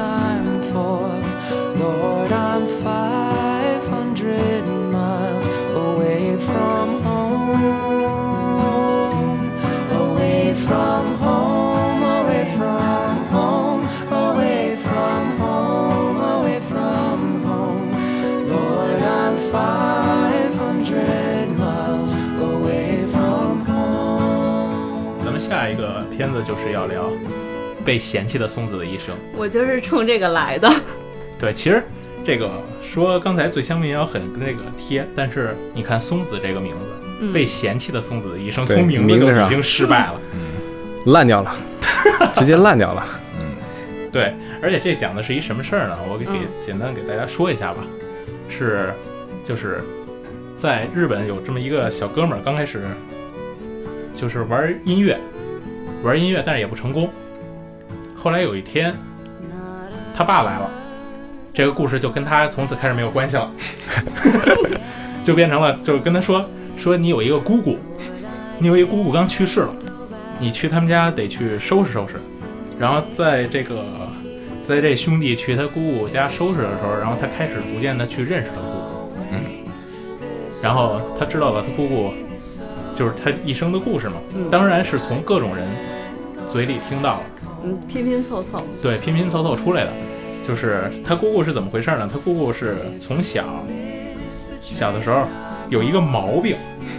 [SPEAKER 2] 下一个片子就是要聊被嫌弃的松子的一生。
[SPEAKER 4] 我就是冲这个来的。
[SPEAKER 2] 对，其实这个说刚才最香民谣很跟这个贴，但是你看松子这个名字，被嫌弃的松子的一生，从名字就已经失败了，
[SPEAKER 3] 烂掉了，直接烂掉了。
[SPEAKER 2] 对，而且这讲的是一什么事儿呢？我简单给大家说一下吧。就是在日本有这么一个小哥们儿，刚开始就是玩音乐，但是也不成功。后来有一天，他爸来了，这个故事就跟他从此开始没有关系了，就变成了，就跟他说你有一个姑姑刚去世了，你去他们家得去收拾收拾。然后在这兄弟去他姑姑家收拾的时候，然后他开始逐渐的去认识他姑姑，然后他知道了他姑姑就是他一生的故事嘛，当然是从各种人嘴里听到了，
[SPEAKER 4] 拼拼凑凑，
[SPEAKER 2] 对，拼拼凑凑出来的。就是他姑姑是怎么回事呢？他姑姑是从小的时候有一个毛病，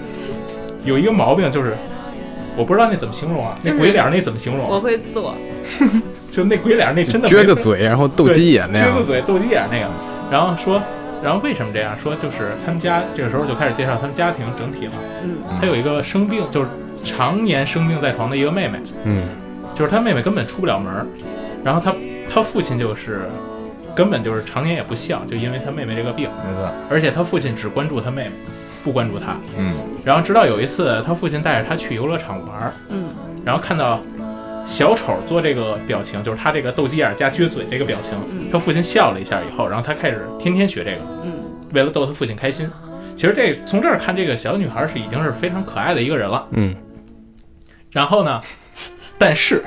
[SPEAKER 2] 就是我不知道那怎么形容啊，那鬼脸那怎么形容？
[SPEAKER 4] 我会做，
[SPEAKER 2] 就那鬼脸那真的
[SPEAKER 3] 撅个嘴，然后斗鸡眼那样，
[SPEAKER 2] 撅个嘴斗鸡眼那个，然后为什么这样说？就是他们家这个时候就开始介绍他们家庭整体了。他有一个生病，就是常年生病在床的一个妹妹。就是他妹妹根本出不了门，然后他父亲就是根本就是常年也不孝，就因为他妹妹这个病。
[SPEAKER 1] 没错。
[SPEAKER 2] 而且他父亲只关注他妹妹，不关注他。然后直到有一次，他父亲带着他去游乐场玩，然后看到小丑做这个表情，就是他这个斗鸡眼加撅嘴这个表情，他父亲笑了一下以后，然后他开始天天学这个，为了逗他父亲开心。其实从这儿看，这个小女孩已经是非常可爱的一个人了。然后呢，但是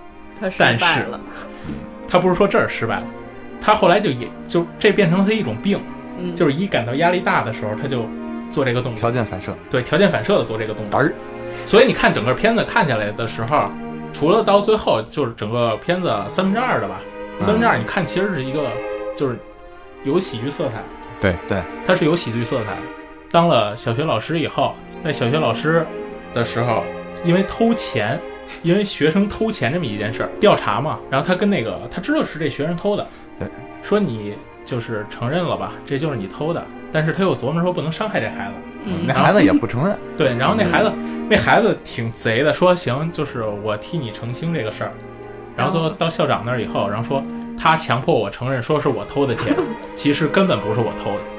[SPEAKER 2] 他不是说这儿失败了，他后来就这变成了他一种病，就是一感到压力大的时候，他就做这个动作，
[SPEAKER 1] 条件反射，
[SPEAKER 2] 对，条件反射的做这个动作。所以你看整个片子看下来的时候，除了到最后就是整个片子2/3的吧，2/3你看其实是一个就是有喜剧色彩。
[SPEAKER 3] 对，
[SPEAKER 2] 他是有喜剧色彩的。当了小学老师以后，在小学老师的时候，因为学生偷钱这么一件事儿调查嘛，然后他跟他知道是这学生偷的，
[SPEAKER 1] 对，
[SPEAKER 2] 说你就是承认了吧，这就是你偷的，但是他又琢磨说不能伤害这孩子，
[SPEAKER 1] 那孩子也不承认，
[SPEAKER 2] 对，然后那孩子挺贼的，说行，就是我替你澄清这个事儿，然后最后到校长那儿以后，然后说他强迫我承认，说是我偷的钱，其实根本不是我偷的。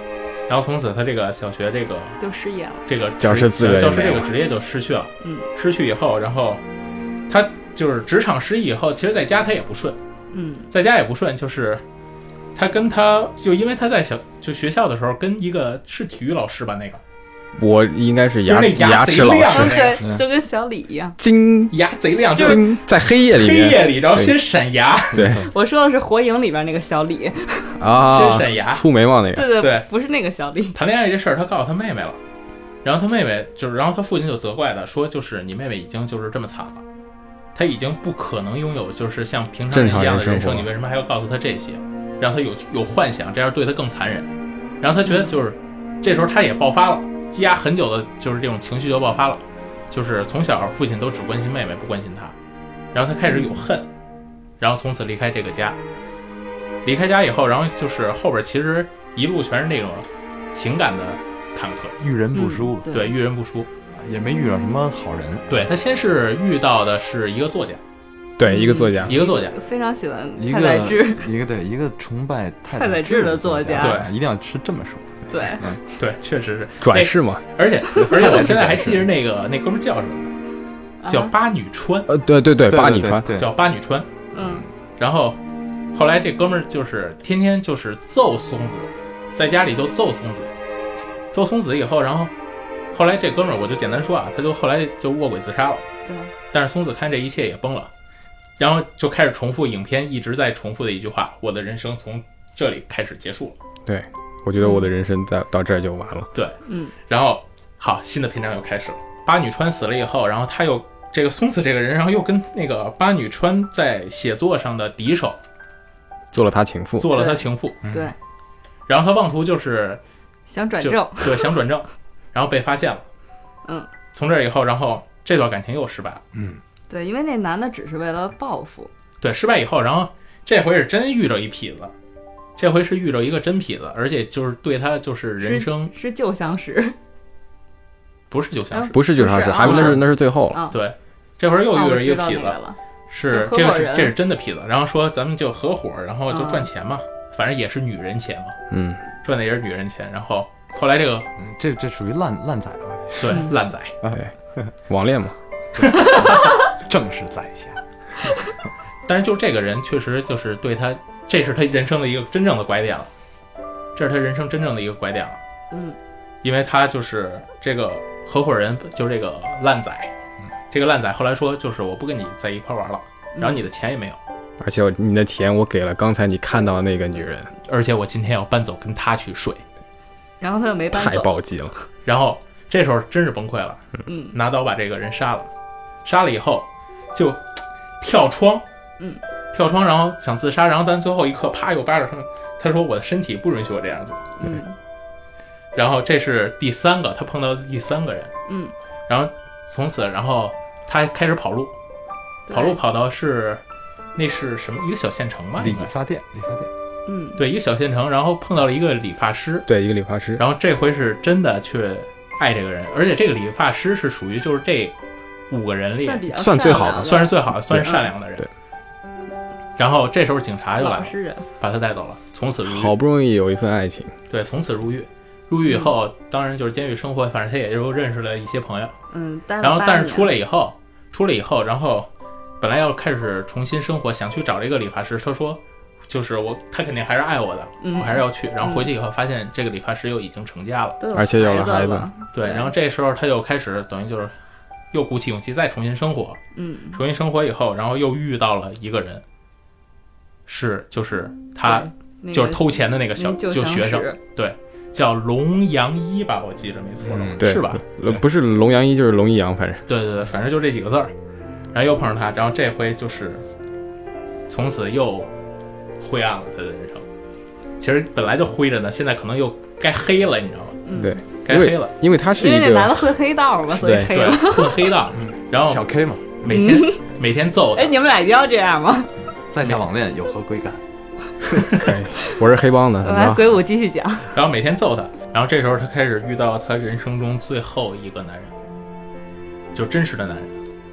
[SPEAKER 2] 然后从此他这个小学这个
[SPEAKER 4] 就失业了。
[SPEAKER 2] 这个
[SPEAKER 3] 教师资源
[SPEAKER 2] 教师这个职业就失去了。失去以后，然后他就是职场失意以后，其实在家他也不顺。在家也不顺，就是他跟他就因为他在学校的时候跟一个是体育老师吧，那个
[SPEAKER 3] 我应该是牙齿老师，
[SPEAKER 4] 对，就跟小李一样，
[SPEAKER 2] 牙贼亮，
[SPEAKER 3] 就是在黑夜里，
[SPEAKER 2] 然后先闪牙。
[SPEAKER 3] 对，
[SPEAKER 4] 我说的是火影里边那个小李
[SPEAKER 3] 啊，
[SPEAKER 2] 先闪牙，
[SPEAKER 3] 粗眉毛那个。
[SPEAKER 2] 对，
[SPEAKER 4] 不是那个小李。
[SPEAKER 2] 谈恋爱这事儿，他告诉他妹妹了，然后他妹妹就是，然后他父亲就责怪他说，就是你妹妹已经就是这么惨了。他已经不可能拥有就是像平常人一样的人生，你为什么还要告诉他这些，让他有幻想，这样对他更残忍。然后他觉得就是这时候他也爆发了，积压很久的就是这种情绪就爆发了，就是从小父亲都只关心妹妹不关心他，然后他开始有恨，然后从此离开这个家。离开家以后，然后就是后边其实一路全是那种情感的坎坷，
[SPEAKER 1] 遇人不淑。
[SPEAKER 2] 对，遇人不淑。
[SPEAKER 1] 也没遇到什么好人。
[SPEAKER 2] 对，他先是遇到的是一个作家，
[SPEAKER 3] 对，一个作家，
[SPEAKER 4] 非常喜欢太宰治，
[SPEAKER 1] 一个崇拜太
[SPEAKER 4] 宰治的作家，
[SPEAKER 2] 对，
[SPEAKER 1] 一定要是这么说。
[SPEAKER 2] 对，确实是
[SPEAKER 3] 转世嘛。
[SPEAKER 2] 而且我现在还记着那哥们叫什么，叫八女川。
[SPEAKER 3] 对，八女川，
[SPEAKER 2] 叫八女川。然后后来这哥们就是天天就是揍松子，在家里就揍松子，揍松子以后，然后。后来这哥们儿我就简单说啊，他就后来就卧轨自杀了。
[SPEAKER 4] 对。
[SPEAKER 2] 但是松子看这一切也崩了，然后就开始重复影片一直在重复的一句话：我的人生从这里开始结束了。
[SPEAKER 3] 对，我觉得我的人生到这儿就完了。
[SPEAKER 2] 对，然后好，新的篇章又开始了。八女川死了以后，然后他又这个松子这个人，然后又跟那个八女川在写作上的敌手
[SPEAKER 3] 做了他情妇。
[SPEAKER 4] 对。
[SPEAKER 2] 然后他妄图就是
[SPEAKER 4] 想转正，
[SPEAKER 2] 对，想转正。然后被发现了，从这以后，然后这段感情又失败了，
[SPEAKER 4] 对，因为那男的只是为了报复，
[SPEAKER 2] 对，失败以后，然后这回是真遇着一痞子，这回是遇着一个真痞子，而且就是对他就是人生
[SPEAKER 4] 是旧相识，
[SPEAKER 2] 不是旧相识，
[SPEAKER 3] 不是旧相识，还那是最后了，
[SPEAKER 2] 对，这回又遇着一个痞子，是这是真的痞子，然后说咱们就合伙，然后就赚钱嘛，反正也是女人钱嘛，赚的也是女人钱，然后。后来
[SPEAKER 1] 这属于烂仔了，
[SPEAKER 2] 对，烂仔，
[SPEAKER 3] 对，网恋嘛，
[SPEAKER 1] 正是在下。
[SPEAKER 2] 但是就这个人确实就是对他，这是他人生的一个真正的拐点了，这是他人生真正的一个拐点了。因为他就是这个合伙人，就是这个烂仔，这个烂仔后来说就是我不跟你在一块玩了，然后你的钱也没有，
[SPEAKER 3] 而且你的钱我给了刚才你看到的那个女人，
[SPEAKER 2] 而且我今天要搬走跟她去睡。
[SPEAKER 4] 然后他又没搬走，
[SPEAKER 3] 太暴击了。
[SPEAKER 2] 然后这时候真是崩溃了，拿刀把这个人杀了，杀了以后就跳窗，然后想自杀，然后但最后一刻啪又巴掌上，他说我的身体不允许我这样子，然后这是第三个他碰到的第三个人，然后从此然后他开始跑路跑到那是什么一个小县城吧，
[SPEAKER 1] 理发店。
[SPEAKER 2] 对，一个小县城，然后碰到了一个理发师，
[SPEAKER 3] 对，一个理发师，
[SPEAKER 2] 然后这回是真的去爱这个人，而且这个理发师是属于就是这5个人里
[SPEAKER 3] 算最好的，
[SPEAKER 2] 算是最好的，算是善良的人。
[SPEAKER 3] 对。
[SPEAKER 2] 然后这时候警察就来了，把他带走了，从此入狱。
[SPEAKER 3] 好不容易有一份爱情，
[SPEAKER 2] 对，从此入狱。入狱以后，当然就是监狱生活，反正他也就认识了一些朋友。
[SPEAKER 4] 然
[SPEAKER 2] 后但是出来以后，然后本来要开始重新生活，想去找这个理发师，他说。就是他肯定还是爱我的，我还是要去。然后回去以后发现这个理发师又已经成家了，
[SPEAKER 3] 而且有了孩子。
[SPEAKER 2] 对，然后这时候他又开始等于就是又鼓起勇气再重新生活。重新生活以后，然后又遇到了一个人，就是他就是偷钱的那个就学生，对，叫龙洋一吧，我记着没错，是吧？
[SPEAKER 3] 不是龙洋一就是龙一阳，反正
[SPEAKER 2] 对，反正就这几个字儿。然后又碰上他，然后这回就是从此又。灰暗了他的人生，其实本来就灰着呢，现在可能又该黑了，你知道吗？
[SPEAKER 3] 对，
[SPEAKER 2] 该黑了，
[SPEAKER 3] 因为他是一个，
[SPEAKER 4] 因为那男的混黑道嘛，所以黑了，
[SPEAKER 2] 混黑道，然后
[SPEAKER 1] 小 K 嘛，
[SPEAKER 2] 每天揍他。
[SPEAKER 4] 哎，你们俩一定要这样吗？
[SPEAKER 1] 在下网恋有何贵干？
[SPEAKER 3] 可以，我是黑帮的。
[SPEAKER 4] 来，鬼舞继续讲。
[SPEAKER 2] 然后每天揍他，然后这时候他开始遇到他人生中最后一个男人，就真实的男人。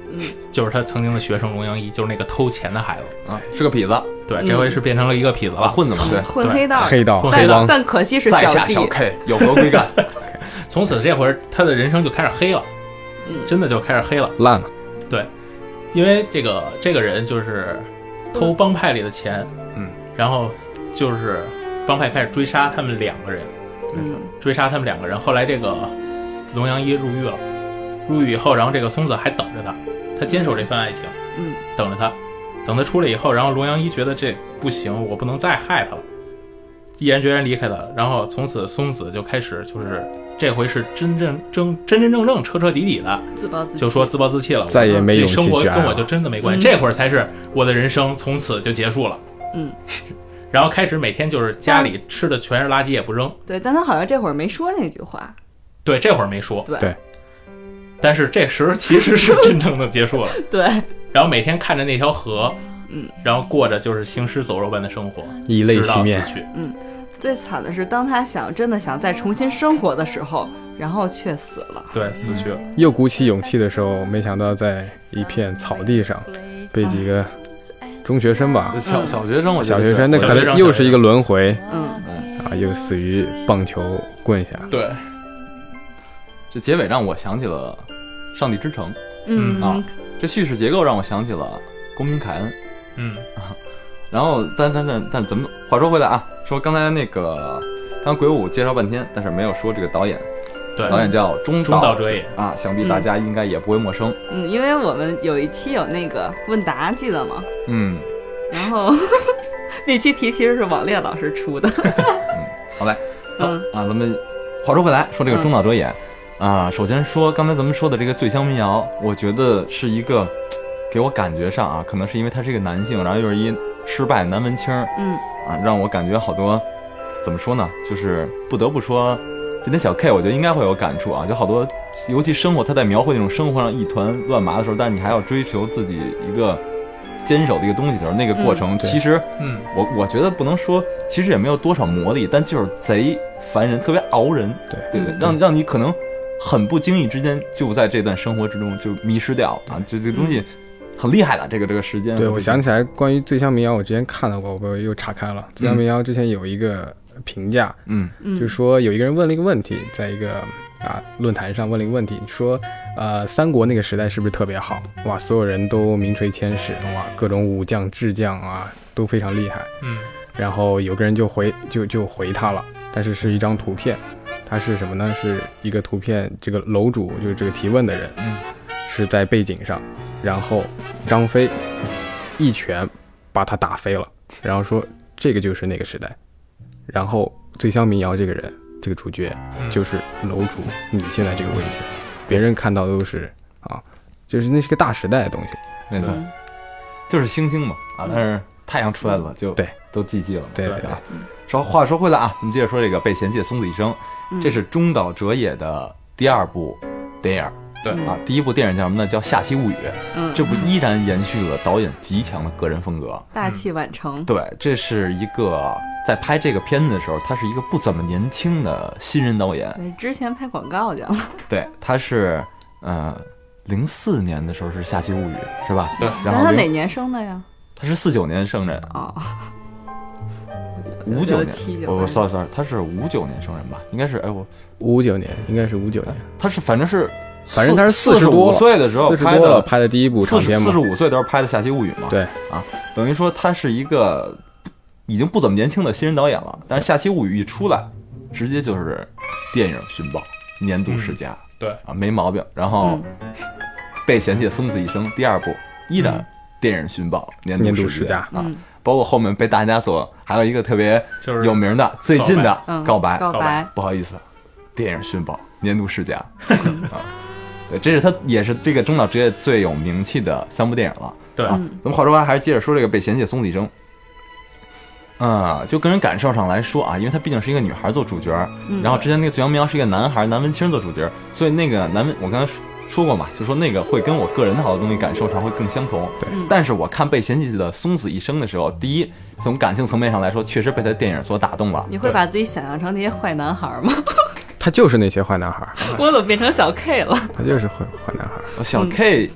[SPEAKER 2] 就是他曾经的学生龙洋一，就是那个偷钱的孩子
[SPEAKER 1] 啊，是个痞子。
[SPEAKER 2] 对，这回是变成了一个痞子了，
[SPEAKER 1] 混子嘛，对，
[SPEAKER 4] 混黑道，
[SPEAKER 3] 黑道，
[SPEAKER 2] 黑帮。
[SPEAKER 4] 但可惜是
[SPEAKER 1] 在下
[SPEAKER 4] 弟，
[SPEAKER 1] 小 K 有何贵干？
[SPEAKER 2] 从此这回他的人生就开始黑了，真的就开始黑了，
[SPEAKER 3] 烂了。
[SPEAKER 2] 对，因为这个人就是偷帮派里的钱，然后就是帮派开始追杀他们2个人，追杀他们2个人。后来这个龙洋一入狱了，入狱以后，然后这个松子还等着他，他坚守这份爱情，等着他，等他出来以后，然后龙洋一觉得这不行，我不能再害他了，毅然决然离开他。然后从此松子就开始就是这回是真正彻底的
[SPEAKER 4] 自暴自弃，
[SPEAKER 2] 就说自暴自弃了，
[SPEAKER 3] 再也没勇气
[SPEAKER 2] 生活
[SPEAKER 3] 去爱了
[SPEAKER 2] 跟我就真的没关系，这会儿才是我的人生从此就结束了。然后开始每天就是家里吃的全是垃圾也不扔。
[SPEAKER 4] 对，但他好像这会儿没说那句话。
[SPEAKER 2] 对，这会儿没说。
[SPEAKER 4] 对。
[SPEAKER 2] 但是这时候其实是真正的结束了。
[SPEAKER 4] 对。
[SPEAKER 2] 然后每天看着那条河，然后过着就是行尸走肉般的生活，
[SPEAKER 3] 以泪洗面。
[SPEAKER 4] 最惨的是，当他真的想再重新生活的时候，然后却死了。
[SPEAKER 2] 对，死去了。
[SPEAKER 3] 又鼓起勇气的时候，没想到在一片草地上被几个中学生吧，
[SPEAKER 1] 小学生，
[SPEAKER 3] 小学生，那可能又是一个轮回。又死于棒球棍下。
[SPEAKER 2] 对，
[SPEAKER 1] 这结尾让我想起了《上帝之城》。这叙事结构让我想起了公民凯恩。然后但怎么话说回来啊，说刚才那个刚鬼舞介绍半天，但是没有说这个导演。
[SPEAKER 2] 对，
[SPEAKER 1] 导演叫中岛
[SPEAKER 2] 哲也
[SPEAKER 1] 啊，想必大家应该也不会陌生。
[SPEAKER 4] 因为我们有一期有那个问答，记得吗？然后那期题其实是网烈老师出的。
[SPEAKER 1] 好嘞，咱们话说回来，说这个中岛哲也首先说刚才咱们说的这个醉乡民谣，我觉得是一个给我感觉上可能是因为他是一个男性，然后又是一失败男文青，让我感觉好多怎么说呢，就是不得不说今天小 K 我觉得应该会有感触就好多，尤其生活他在描绘那种生活上一团乱麻的时候，但是你还要追求自己一个坚守的一个东西的时候，那个过程其实我觉得不能说其实也没有多少魔力，但就是贼烦人，特别熬人。对，让你可能很不经意之间就在这段生活之中就迷失掉就这个东西很厉害的这个时间。
[SPEAKER 3] 对，我想起来关于醉乡民谣，我之前看到过，我又岔开了。醉乡民谣之前有一个评价，就是说有一个人问了一个问题，在一个论坛上问了一个问题，说三国那个时代是不是特别好？哇，所有人都名垂千史，哇，各种武将智将都非常厉害。然后有个人就回他了，但是是一张图片，它是什么呢？是一个图片，这个楼主就是这个提问的人，是在背景上，然后张飞一拳把他打飞了，然后说这个就是那个时代。然后醉乡民谣这个人，这个主角就是楼主你现在这个位置，别人看到都是就是那是个大时代的东西。
[SPEAKER 1] 没错，就是星星嘛但是太阳出来了就
[SPEAKER 3] 对
[SPEAKER 1] 都寂寂了。
[SPEAKER 3] 对。
[SPEAKER 1] 话说回来咱们接着说这个被嫌弃的松子一生，这是中岛哲也的第2部电影。
[SPEAKER 2] 对
[SPEAKER 1] 第一部电影叫什么呢？叫《下期物语》。这部依然延续了导演极强的个人风格，
[SPEAKER 4] 大器晚成。
[SPEAKER 1] 对，这是一个在拍这个片子的时候，他是一个不怎么年轻的新人导演。
[SPEAKER 4] 对，之前拍广告去了。
[SPEAKER 1] 对，他是04年的时候是《下期物语》是吧？
[SPEAKER 2] 对。
[SPEAKER 1] 然后
[SPEAKER 4] 他哪年生的呀？
[SPEAKER 1] 他是49年生人。59年，我 sorry， 他是59年生人吧？应该是
[SPEAKER 3] 59年，应该是59年。
[SPEAKER 1] 他是反正他是
[SPEAKER 3] 45
[SPEAKER 1] 岁的时候
[SPEAKER 3] 拍的第一部长片嘛
[SPEAKER 1] ，45岁的时候拍的《下期物语》嘛。
[SPEAKER 3] 对
[SPEAKER 1] 等于说他是一个已经不怎么年轻的新人导演了，但是《下期物语》一出来，直接就是电影寻宝年度十佳。
[SPEAKER 2] 对
[SPEAKER 1] 没毛病。然后被嫌弃的松子一生第2部依然电影寻宝年度十佳包括后面被大家还有一个特别有名的最近的告白，不好意思，电影寻宝年度十佳对，这是他也是这个中岛哲也最有名气的3部电影了。
[SPEAKER 2] 对
[SPEAKER 1] 咱们话说完还是接着说这个被嫌弃的松子一生。就个人感受上来说因为他毕竟是一个女孩做主角，然后之前那个醉乡民谣是一个男孩男文青做主角，所以那个我刚才说过嘛，就说那个会跟我个人的好多东西感受上会更相同。
[SPEAKER 3] 对，
[SPEAKER 1] 但是我看被嫌弃的松子一生的时候，第一从感性层面上来说，确实被他电影所打动了。
[SPEAKER 4] 你会把自己想象成那些坏男孩吗？
[SPEAKER 3] 他就是那些坏男孩，
[SPEAKER 4] 我怎么变成小 K 了？
[SPEAKER 3] 他就是坏男孩。
[SPEAKER 1] 小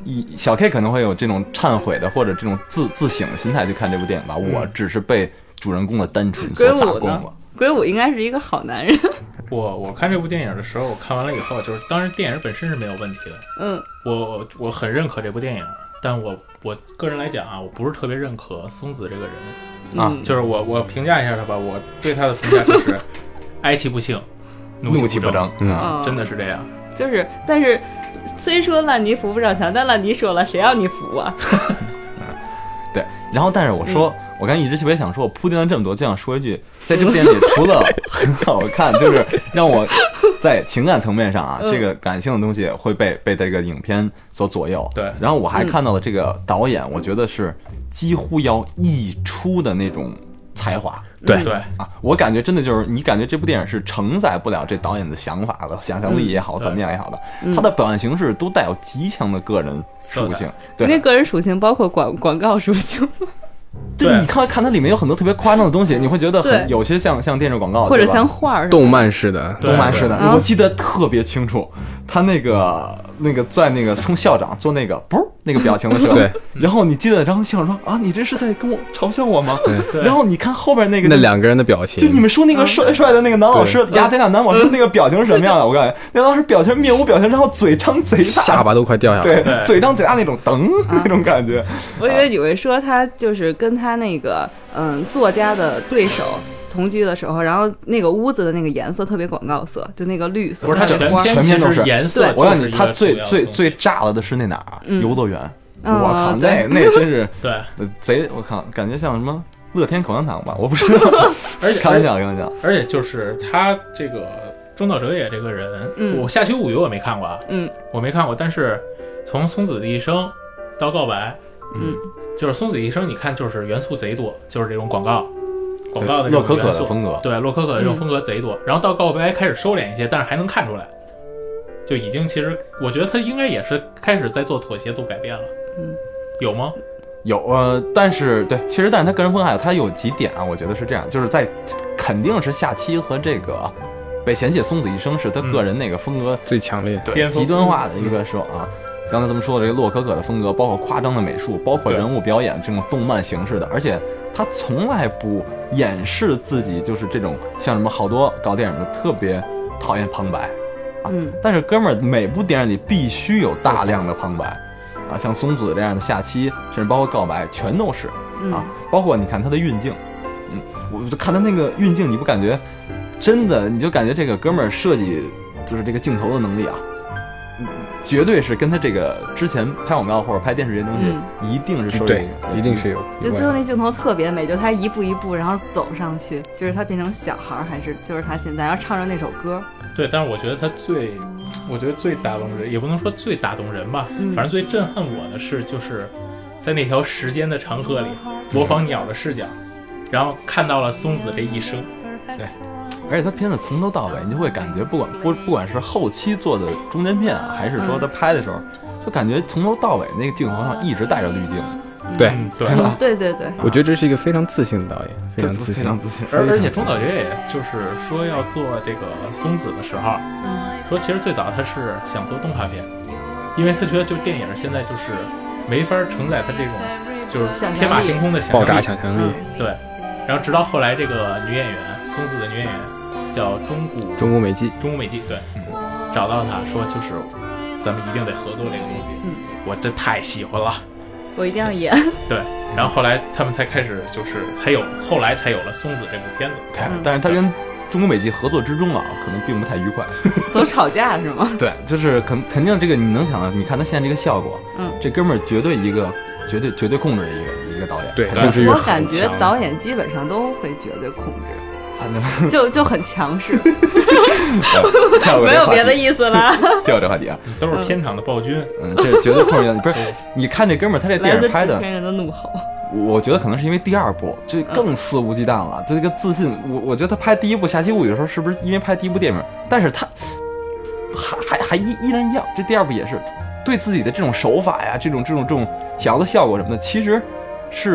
[SPEAKER 1] K 可能会有这种忏悔的或者这种自省的心态去看这部电影吧。我只是被主人公的单纯所打动了。
[SPEAKER 4] 鬼舞应该是一个好男人。
[SPEAKER 2] 我看这部电影的时候，我看完了以后，就是当然电影本身是没有问题的，我很认可这部电影，但我个人来讲啊，我不是特别认可松子这个人啊，就是我评价一下他吧，我对他的评价就是哀其不幸，怒其不争，真的是这样。
[SPEAKER 4] 就是，但是虽说烂泥扶不上墙，但烂泥说了，谁要你扶啊？
[SPEAKER 1] 对，然后但是我说，我刚才一直特别想说，我铺垫了这么多，就想说一句，在这部电影里，除了很好看，就是让我在情感层面上啊，这个感性的东西会被这个影片所左右。
[SPEAKER 2] 对，
[SPEAKER 1] 然后我还看到了这个导演，我觉得是几乎要溢出的那种才华。
[SPEAKER 2] 对
[SPEAKER 1] 啊，我感觉真的就是你感觉这部电影是承载不了这导演的想法的，想象力也好，怎么样也好的，他的表现形式都带有极强的个人属性。对，
[SPEAKER 4] 那个人属性包括广告属性。
[SPEAKER 1] 对，你看它里面有很多特别夸张的东西，你会觉得很有些像电视广告，
[SPEAKER 4] 或者像画儿、
[SPEAKER 3] 动漫式的。
[SPEAKER 1] 我记得特别清楚，他那个在那个冲校长做那个不是那个表情的时候，
[SPEAKER 3] 对，
[SPEAKER 1] 然后你记得，然后校长说啊，你这是在跟我嘲笑我吗？
[SPEAKER 3] 对，
[SPEAKER 1] 然后你看后边那
[SPEAKER 3] 两个人的表情，
[SPEAKER 1] 就你们说那个帅的那个男老师，牙贼那男老师那个表情是什么样的？我感觉那老师表情面无表情，然后嘴张贼大，
[SPEAKER 3] 下巴都快掉下来，
[SPEAKER 1] 对，嘴张贼大那种噔那种感觉。
[SPEAKER 4] 我以为你会说他就是跟他那个作家的对手同居的时候，然后那个屋子的那个颜色特别广告色，就那个绿色，
[SPEAKER 2] 不是它
[SPEAKER 1] 全面都是
[SPEAKER 2] 颜色。
[SPEAKER 1] 我告诉你，它最炸了的是那哪儿？游乐园。我靠，那真是
[SPEAKER 2] 对
[SPEAKER 1] 贼！我靠，感觉像什么乐天口香糖吧？我不知道。
[SPEAKER 2] 而且
[SPEAKER 1] 开玩笑。
[SPEAKER 2] 而且就是他这个中岛哲也这个人，我《下棋物语》我没看过啊，我没看过，但是从松子的一生到告白。就是松子一生，你看就是元素贼多，就是这种广告的这种元素，洛可可
[SPEAKER 1] 的风格，
[SPEAKER 2] 对，洛可可的这种风格贼多。然后到告白开始收敛一些，但是还能看出来，就已经其实我觉得他应该也是开始在做妥协、做改变了。有吗？
[SPEAKER 1] 有但是其实他个人风格他有几点啊，我觉得是这样，就是在肯定是下期和这个北贤姐松子一生是他个人那个风格
[SPEAKER 3] 最强烈、
[SPEAKER 1] 对极端化的一个时候啊。刚才咱们说的这个洛可可的风格，包括夸张的美术，包括人物表演这种动漫形式的，而且他从来不掩饰自己，就是这种像什么好多搞电影的特别讨厌旁白啊，但是哥们儿每部电影里必须有大量的旁白啊，像松子这样的下期，甚至包括告白，全都是啊，包括你看他的运镜，我就看他那个运镜，你不感觉真的，你就感觉这个哥们儿设计就是这个镜头的能力啊。绝对是跟他这个之前拍广告或者拍电视这些东西，一定是
[SPEAKER 3] 对，一定是有。
[SPEAKER 4] 就最后那镜头特别美，就他一步一步，然后走上去，就是他变成小孩，还是就是他现在，然后唱着那首歌。
[SPEAKER 2] 对，但是我觉得他最打动人，也不能说最打动人吧，反正最震撼我的是，就是在那条时间的长河里，模仿鸟的视角，然后看到了松子这一生。
[SPEAKER 1] 对。而且他片子从头到尾，你就会感觉不管是后期做的中间片啊，还是说他拍的时候，就感觉从头到尾那个镜头上一直带着滤镜。
[SPEAKER 3] 对，
[SPEAKER 1] 对吧？
[SPEAKER 4] 对。
[SPEAKER 3] 我觉得这是一个非常自信的导演，非常自信。
[SPEAKER 2] 而且中岛哲也就是说要做这个松子的时候，说其实最早他是想做动画片，因为他觉得就电影现在就是没法承载他这种就是天马行空的
[SPEAKER 3] 爆炸想象力。
[SPEAKER 2] 对，然后直到后来这个女演员松子的女演员。叫中谷美纪，对，找到他说就是咱们一定得合作这个东西，我这太喜欢了，
[SPEAKER 4] 我一定要演。
[SPEAKER 2] 对，然后后来他们才开始就是后来才有了松子这部片子。
[SPEAKER 1] 对，但是他跟中谷美纪合作之中啊，可能并不太愉快，
[SPEAKER 4] 总吵架是吗？
[SPEAKER 1] 对，就是肯定这个你能想到，你看他现在这个效果，这哥们儿绝对绝对控制的一个导演，
[SPEAKER 3] 对，
[SPEAKER 4] 我感觉导演基本上都会绝对控制。
[SPEAKER 1] 反正
[SPEAKER 4] 就很强势，没有别的意思了。
[SPEAKER 1] 跳这话题啊，
[SPEAKER 2] 都是片场的暴君。
[SPEAKER 1] 这绝对控制不是？你看这哥们儿，他这电影拍的，
[SPEAKER 4] 来自制片人的怒吼。
[SPEAKER 1] 我觉得可能是因为第二部就更肆无忌惮了，就这个自信。我觉得他拍第一部《下棋物语》的时候，是不是因为拍第一部电影？但是他还依然一样，这第二部也是对自己的这种手法呀，这种想要的效果什么的，其实是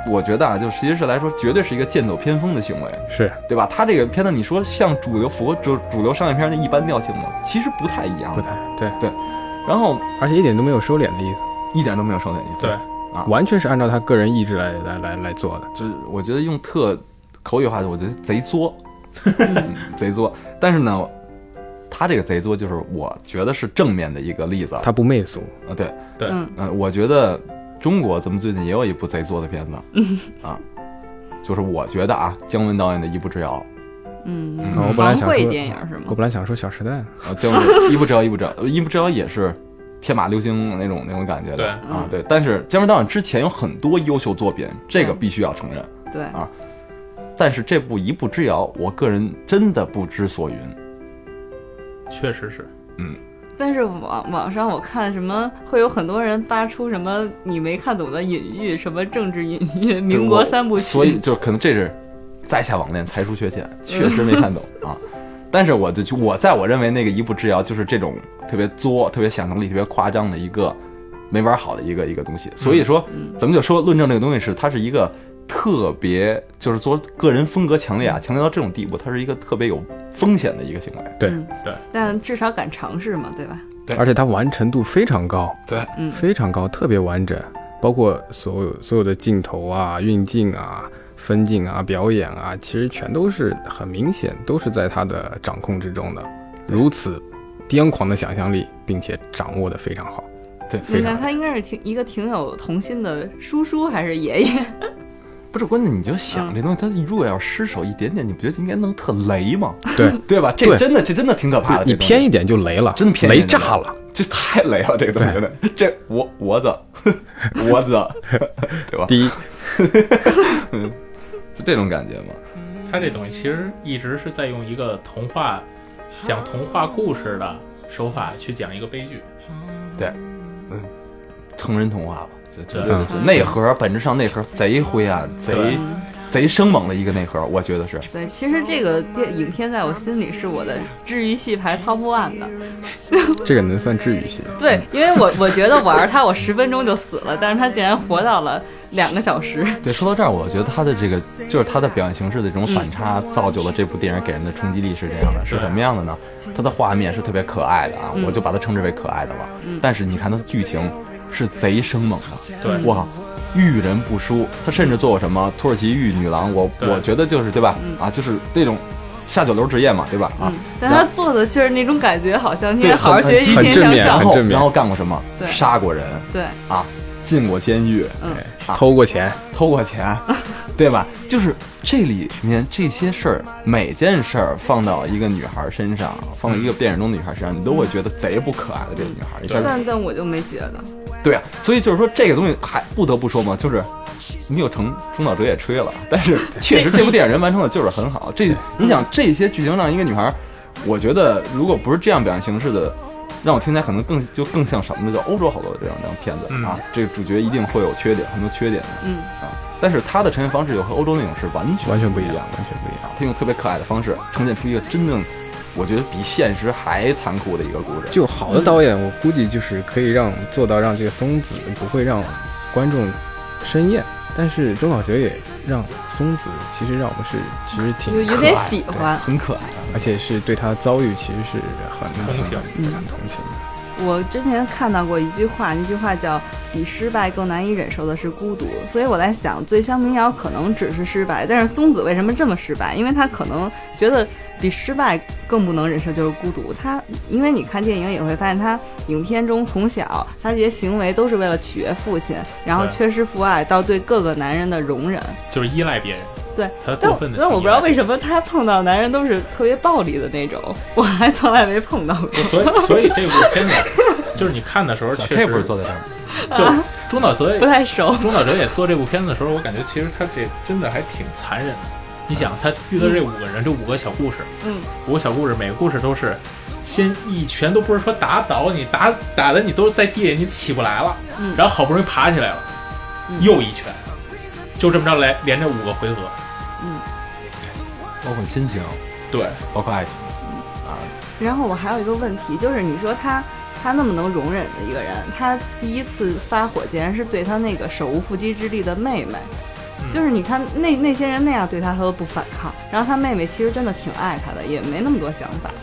[SPEAKER 1] 我觉得啊，就其实是来说，绝对是一个剑走偏锋的行为，
[SPEAKER 3] 是
[SPEAKER 1] 对吧？他这个片子，你说像符合主流商业片的一般调性吗？其实不太一样，
[SPEAKER 3] 不太对。
[SPEAKER 1] 然后
[SPEAKER 3] 而且一点都没有收敛的意思，
[SPEAKER 1] 一点都没有收敛意思，
[SPEAKER 2] 对，
[SPEAKER 3] 完全是按照他个人意志来做的。
[SPEAKER 1] 就是我觉得用特口语化的，我觉得贼作，贼作。但是呢，他这个贼作就是我觉得是正面的一个例子，
[SPEAKER 3] 他不媚俗
[SPEAKER 1] 啊，对，
[SPEAKER 2] 对，
[SPEAKER 1] 我觉得中国咱们最近也有一部贼作的片子，就是我觉得啊，姜文导演的《一步之遥》。
[SPEAKER 3] 我本来想说
[SPEAKER 4] 电影是吗？
[SPEAKER 3] 我本来想说《小时代》
[SPEAKER 1] 姜文《一步之遥》，一步之遥也是天马流星那种感觉的，
[SPEAKER 2] 对
[SPEAKER 1] 对。但是姜文导演之前有很多优秀作品，这个必须要承认，
[SPEAKER 4] 对
[SPEAKER 1] 啊。但是这部《一步之遥》，我个人真的不知所云，
[SPEAKER 2] 确实是，
[SPEAKER 4] 但是网上我看什么会有很多人扒出什么你没看懂的隐喻，什么政治隐喻，民国三部曲，
[SPEAKER 1] 所以就可能这是在下网恋才疏缺欠，确实没看懂啊。但是我在我认为那个《一步之遥》就是这种特别作、特别想象力特别夸张的一个没玩好的一个东西。所以说，咱们就说论证这个东西是它是一个特别就是做个人风格强烈啊，强烈到这种地步，它是一个特别有风险的一个行为。
[SPEAKER 3] 对
[SPEAKER 2] 对，
[SPEAKER 4] 但至少敢尝试嘛，对吧？
[SPEAKER 1] 对，
[SPEAKER 3] 而且它完成度非常高，
[SPEAKER 1] 对，
[SPEAKER 3] 非常高，特别完整，包括所有的镜头啊、运镜啊、分镜啊、表演啊，其实全都是很明显，都是在他的掌控之中的。如此癫狂的想象力，并且掌握的非常好。
[SPEAKER 1] 对，
[SPEAKER 4] 非常。他应该是一个挺有童心的叔叔还是爷爷？
[SPEAKER 1] 不是关键，你就想这东西，它如果要失手一点点，你不觉得应该能特雷吗？
[SPEAKER 3] 对
[SPEAKER 1] 对吧？这真的挺可怕的。
[SPEAKER 3] 你偏一点就雷了，
[SPEAKER 1] 真偏
[SPEAKER 3] 雷炸了，
[SPEAKER 1] 这太雷了，这个东西真的。这我的，对吧？
[SPEAKER 3] 第一，
[SPEAKER 1] 就这种感觉嘛。
[SPEAKER 2] 他这东西其实一直是在用一个讲童话故事的手法去讲一个悲剧。
[SPEAKER 1] 对，成人童话吧。内核本质上内核贼灰暗，贼生猛的一个内核，我觉得是。
[SPEAKER 4] 对，其实这个影片在我心里是我的治愈系排 top one 的。
[SPEAKER 3] 这个能算治愈系？
[SPEAKER 4] 对，因为我觉得玩它我10分钟就死了，但是他竟然活到了2个小时。
[SPEAKER 1] 对，说到这儿，我觉得他的这个就是他的表现形式的这种反差，造就了这部电影给人的冲击力是这样的，是什么样的呢？它的画面是特别可爱的啊，我就把它称之为可爱的了。但是你看它的剧情是贼生猛的，
[SPEAKER 2] 对，
[SPEAKER 1] 哇，遇人不淑。他甚至做过什么土耳其玉女郎，我觉得就是对吧？就是那种下九流职业嘛，对吧？
[SPEAKER 4] 但他做的就是那种感觉，好像天天好好学习，
[SPEAKER 3] 很正面，
[SPEAKER 1] 然后干过什么？杀过人，
[SPEAKER 4] 对
[SPEAKER 1] 进过监狱，
[SPEAKER 3] 偷过钱，
[SPEAKER 1] 对吧？就是这里面这些事儿，每件事儿放到一个女孩身上，放到一个电影中的女孩身上，你都会觉得贼不可爱的这个女孩。
[SPEAKER 4] 但我就没觉得。
[SPEAKER 1] 对啊，所以就是说这个东西还不得不说嘛，就是没有成中岛哲也吹了，但是确实这部电影人完成的就是很好。你想这些剧情让一个女孩，我觉得如果不是这样表现形式的，让我听起来可能更像什么呢？叫欧洲好多这样片子这个主角一定会有缺点，很多缺点但是他的呈现方式又和欧洲那种是完全不一样，他用特别可爱的方式呈现出一个真正我觉得比现实还残酷的一个故事。
[SPEAKER 3] 就好的导演，我估计就是可以做到让这个松子不会让观众生厌，但是中岛哲也让松子其实让我们其实挺
[SPEAKER 4] 有点喜欢，
[SPEAKER 1] 很可爱，
[SPEAKER 3] 而且是对他遭遇其实是很同情的。
[SPEAKER 4] 我之前看到过一句话，那句话叫“比失败更难以忍受的是孤独”，所以我在想，醉乡民谣可能只是失败，但是松子为什么这么失败？因为他可能觉得比失败更不能忍受就是孤独。因为你看电影也会发现，他影片中从小他这些行为都是为了取悦父亲，然后缺失父爱，到对各个男人的容忍，
[SPEAKER 2] 就是依赖别人。
[SPEAKER 4] 对，
[SPEAKER 2] 但
[SPEAKER 4] 我不知道为什么他碰到男人都是特别暴力的那种，我还从来没碰到过。
[SPEAKER 2] 所以这部片子就是你看的时候，确实
[SPEAKER 1] 不是坐在这儿，
[SPEAKER 2] 就中岛哲也
[SPEAKER 4] 不太熟。
[SPEAKER 2] 中岛哲也做这部片子的时候，我感觉其实他这真的还挺残忍的。你想，他遇到这5个人，这5个小故事，5个小故事，每个故事都是先一拳都不是说打倒你，打的你都在地你起不来了，然后好不容易爬起来了，又一拳，就这么着来连着5个回合。
[SPEAKER 1] 包括亲情，
[SPEAKER 2] 对，
[SPEAKER 1] 包括爱情
[SPEAKER 4] 然后我还有一个问题，就是你说他那么能容忍的一个人，他第一次发火竟然是对他那个手无缚鸡之力的妹妹， 就是你看那些人那样对他，他都不反抗，然后他妹妹其实真的挺爱他的，也没那么多想法。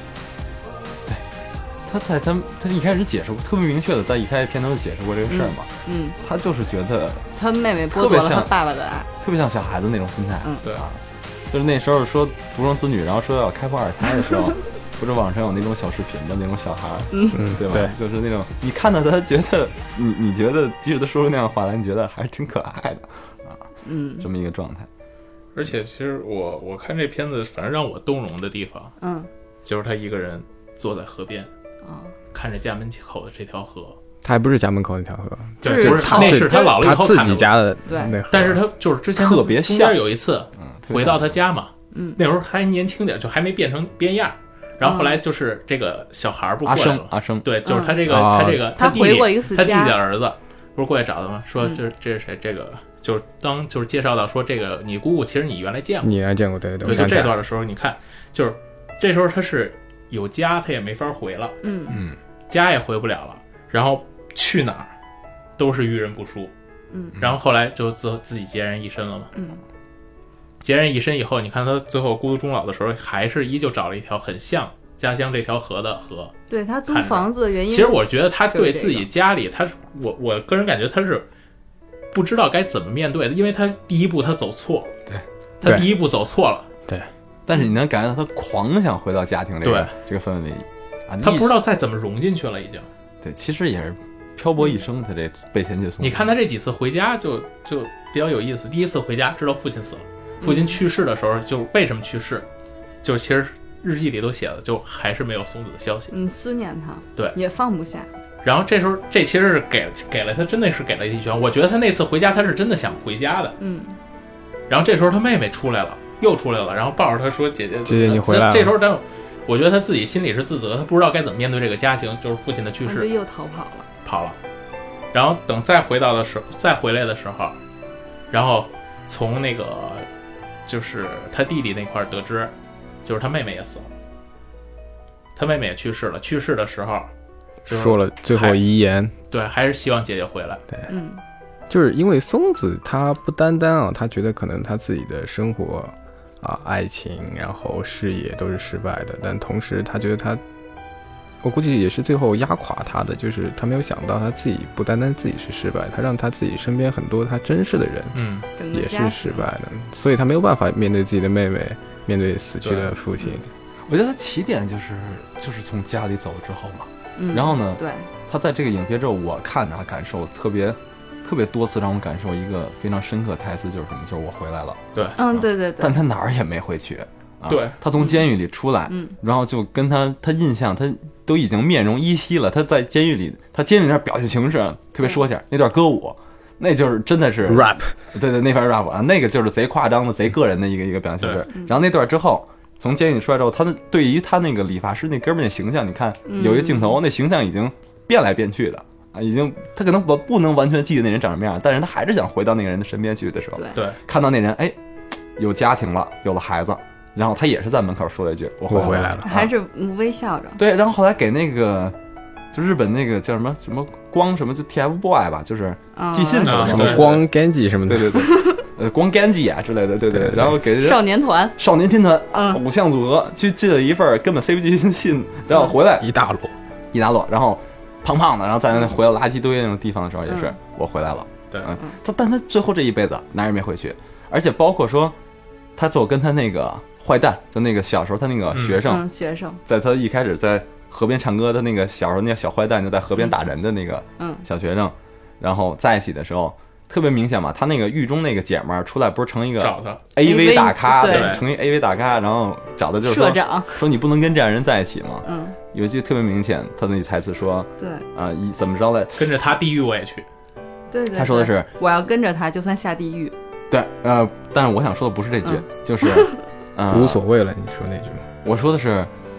[SPEAKER 1] 他一开始解释过，特别明确的在一开始片头就解释过这个事儿嘛。他就是觉得
[SPEAKER 4] 他妹妹剥夺了他爸爸的爱，
[SPEAKER 1] 特别像小孩子那种心态。
[SPEAKER 2] 对啊，
[SPEAKER 1] 就是那时候说独生子女，然后说要开放二胎的时候，不是网上有那种小视频的那种小孩，对吧？对，就是那种你看到他觉得你觉得即使他说出那样的话来，你觉得还是挺可爱的啊。这么一个状态。
[SPEAKER 2] 而且其实我看这片子，反正让我动容的地方，就是他一个人坐在河边。看着家门口的这条河，他
[SPEAKER 3] 还不是家门口那条河，
[SPEAKER 2] 对，不是，那是他老了以后
[SPEAKER 3] 他自己家的那河。
[SPEAKER 2] 但是他就是之前
[SPEAKER 1] 特别像，
[SPEAKER 2] 中间有一次回到他家嘛，那时候还年轻点，就还没变成变样。然后后来就是这个小孩不过来了，
[SPEAKER 1] 阿生，
[SPEAKER 2] 对，就是他这个
[SPEAKER 4] 他
[SPEAKER 2] 弟弟，他弟弟
[SPEAKER 4] 的
[SPEAKER 2] 儿子不是过来找他吗？说这是谁？这个就是介绍到说这个你姑姑其实你原来见过，
[SPEAKER 3] 你原来见过，对，
[SPEAKER 2] 就这段的时候，你看就是这时候他是。有家他也没法回了，家也回不了了，然后去哪儿都是遇人不淑，然后后来就自己孑然一身了嘛，孑然一身以后，你看他最后孤独终老的时候，还是依旧找了一条很像家乡这条河的河。
[SPEAKER 4] 对，他租房子的原因，
[SPEAKER 2] 其实我觉得他对自己家里，我个人感觉他是不知道该怎么面对的，因为他第一步他走错，
[SPEAKER 1] 对，
[SPEAKER 2] 他第一步走错了，
[SPEAKER 3] 对。
[SPEAKER 1] 但是你能感觉到他狂想回到家庭这个氛围里啊，
[SPEAKER 2] 他不知道再怎么融进去了，已经。
[SPEAKER 1] 对，其实也是漂泊一生，他这被前妻送。
[SPEAKER 2] 你看他这几次回家就比较有意思。第一次回家知道父亲死了，父亲去世的时候就为什么去世，就是其实日记里都写了，就还是没有松子的消息。
[SPEAKER 4] 思念他，
[SPEAKER 2] 对，
[SPEAKER 4] 也放不下。
[SPEAKER 2] 然后这时候这其实是给了他，真的是给了一拳。我觉得他那次回家他是真的想回家的，然后这时候他妹妹出来了。又出来了，然后抱着他说：“姐姐，
[SPEAKER 3] 你回来了。”
[SPEAKER 2] 这时候，我觉得他自己心里是自责，他不知道该怎么面对这个家庭，就是父亲的去世，
[SPEAKER 4] 就又跑了。
[SPEAKER 2] 然后等再回来的时候，然后从那个就是他弟弟那块得知，就是他妹妹也死了，他妹妹也去世了。去世的时候，
[SPEAKER 3] 说了最后遗言，
[SPEAKER 2] 对，还是希望姐姐回来。
[SPEAKER 3] 对，就是因为松子他不单单他觉得可能他自己的生活爱情然后事业都是失败的，但同时他觉得我估计也是最后压垮他的，就是他没有想到他自己不单单自己是失败，他让他自己身边很多他珍视的人也是失败的，所以他没有办法面对自己的妹妹，面对死去的父亲。
[SPEAKER 1] 我觉得他起点就是从家里走之后嘛，然后呢，
[SPEAKER 4] 对，
[SPEAKER 1] 他在这个影片之后，我看他感受特别多次让我感受一个非常深刻台词，就是什么？就是我回来了。
[SPEAKER 2] 对，
[SPEAKER 4] 对。
[SPEAKER 1] 但他哪儿也没回去。
[SPEAKER 2] 对，
[SPEAKER 1] 他从监狱里出来，然后就跟他印象，他都已经面容依稀了。他在监狱里，他监狱那表现形式特别说一下，那段歌舞，那就是真的是
[SPEAKER 3] rap，
[SPEAKER 1] 对，那段 rap 啊，那个就是贼夸张的、贼个人的一个表现形式。然后那段之后，从监狱里出来之后，他对于他那个理发师那哥们的形象，你看有一个镜头，那形象已经变来变去的。已经，他可能不能完全记得那人长什么样，但是他还是想回到那个人的身边去的时候，
[SPEAKER 2] 对，
[SPEAKER 1] 看到那人，有家庭了，有了孩子，然后他也是在门口说了一句：“我回来了。”
[SPEAKER 4] 还是微笑着。
[SPEAKER 1] 对，然后后来给那个，就日本那个叫什么光什么，就 TFBOY 吧，就是寄信的
[SPEAKER 3] 什么光 Genji 什么的，
[SPEAKER 1] 对，光 Genji 啊之类的，对，然后给
[SPEAKER 4] 少年天团，
[SPEAKER 1] 偶像组合去寄了一份根本塞不进去信，然后回来
[SPEAKER 3] 一大摞，
[SPEAKER 1] 然后。胖胖的，然后在那回到垃圾堆那种地方的时候，也是我回来了。
[SPEAKER 2] 对，
[SPEAKER 1] 但他最后这一辈子哪儿也没回去，而且包括说，他最后跟他那个坏蛋，就那个小时候他那个学生，在他一开始在河边唱歌的那个小时候那个小坏蛋，就在河边打人的那个小学生，然后在一起的时候。特别明显嘛，他那个狱中那个姐们儿出来，不是成一个 AV 大咖，对，成一 AV 大咖，然后找的就是说你不能跟这样人在一起嘛。有一句特别明显，他那台词说，
[SPEAKER 4] 对，
[SPEAKER 1] 怎么着来？
[SPEAKER 2] 跟着他地狱我也去。
[SPEAKER 4] 对，
[SPEAKER 1] 他说的是
[SPEAKER 4] 我要跟着他，就算下地狱。
[SPEAKER 1] 对，但是我想说的不是这句，就是
[SPEAKER 3] 无所谓了。你说那句吗？
[SPEAKER 1] 我说的是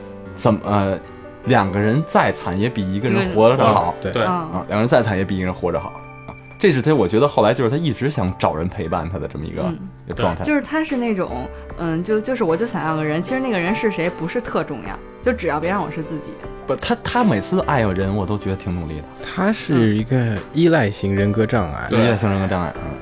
[SPEAKER 1] 两个人再惨也比一个人活着好。
[SPEAKER 3] 对
[SPEAKER 1] 两个人再惨也比一个人活着好。这是他，我觉得后来就是他一直想找人陪伴他的这么一个状态，
[SPEAKER 4] 就是他是那种，就是我就想要个人，其实那个人是谁不是特重要，就只要别让我是自己。
[SPEAKER 1] 不，他每次爱有人，我都觉得挺努力的。
[SPEAKER 3] 他是一个依赖型人格障碍，
[SPEAKER 1] 依赖型人格障碍。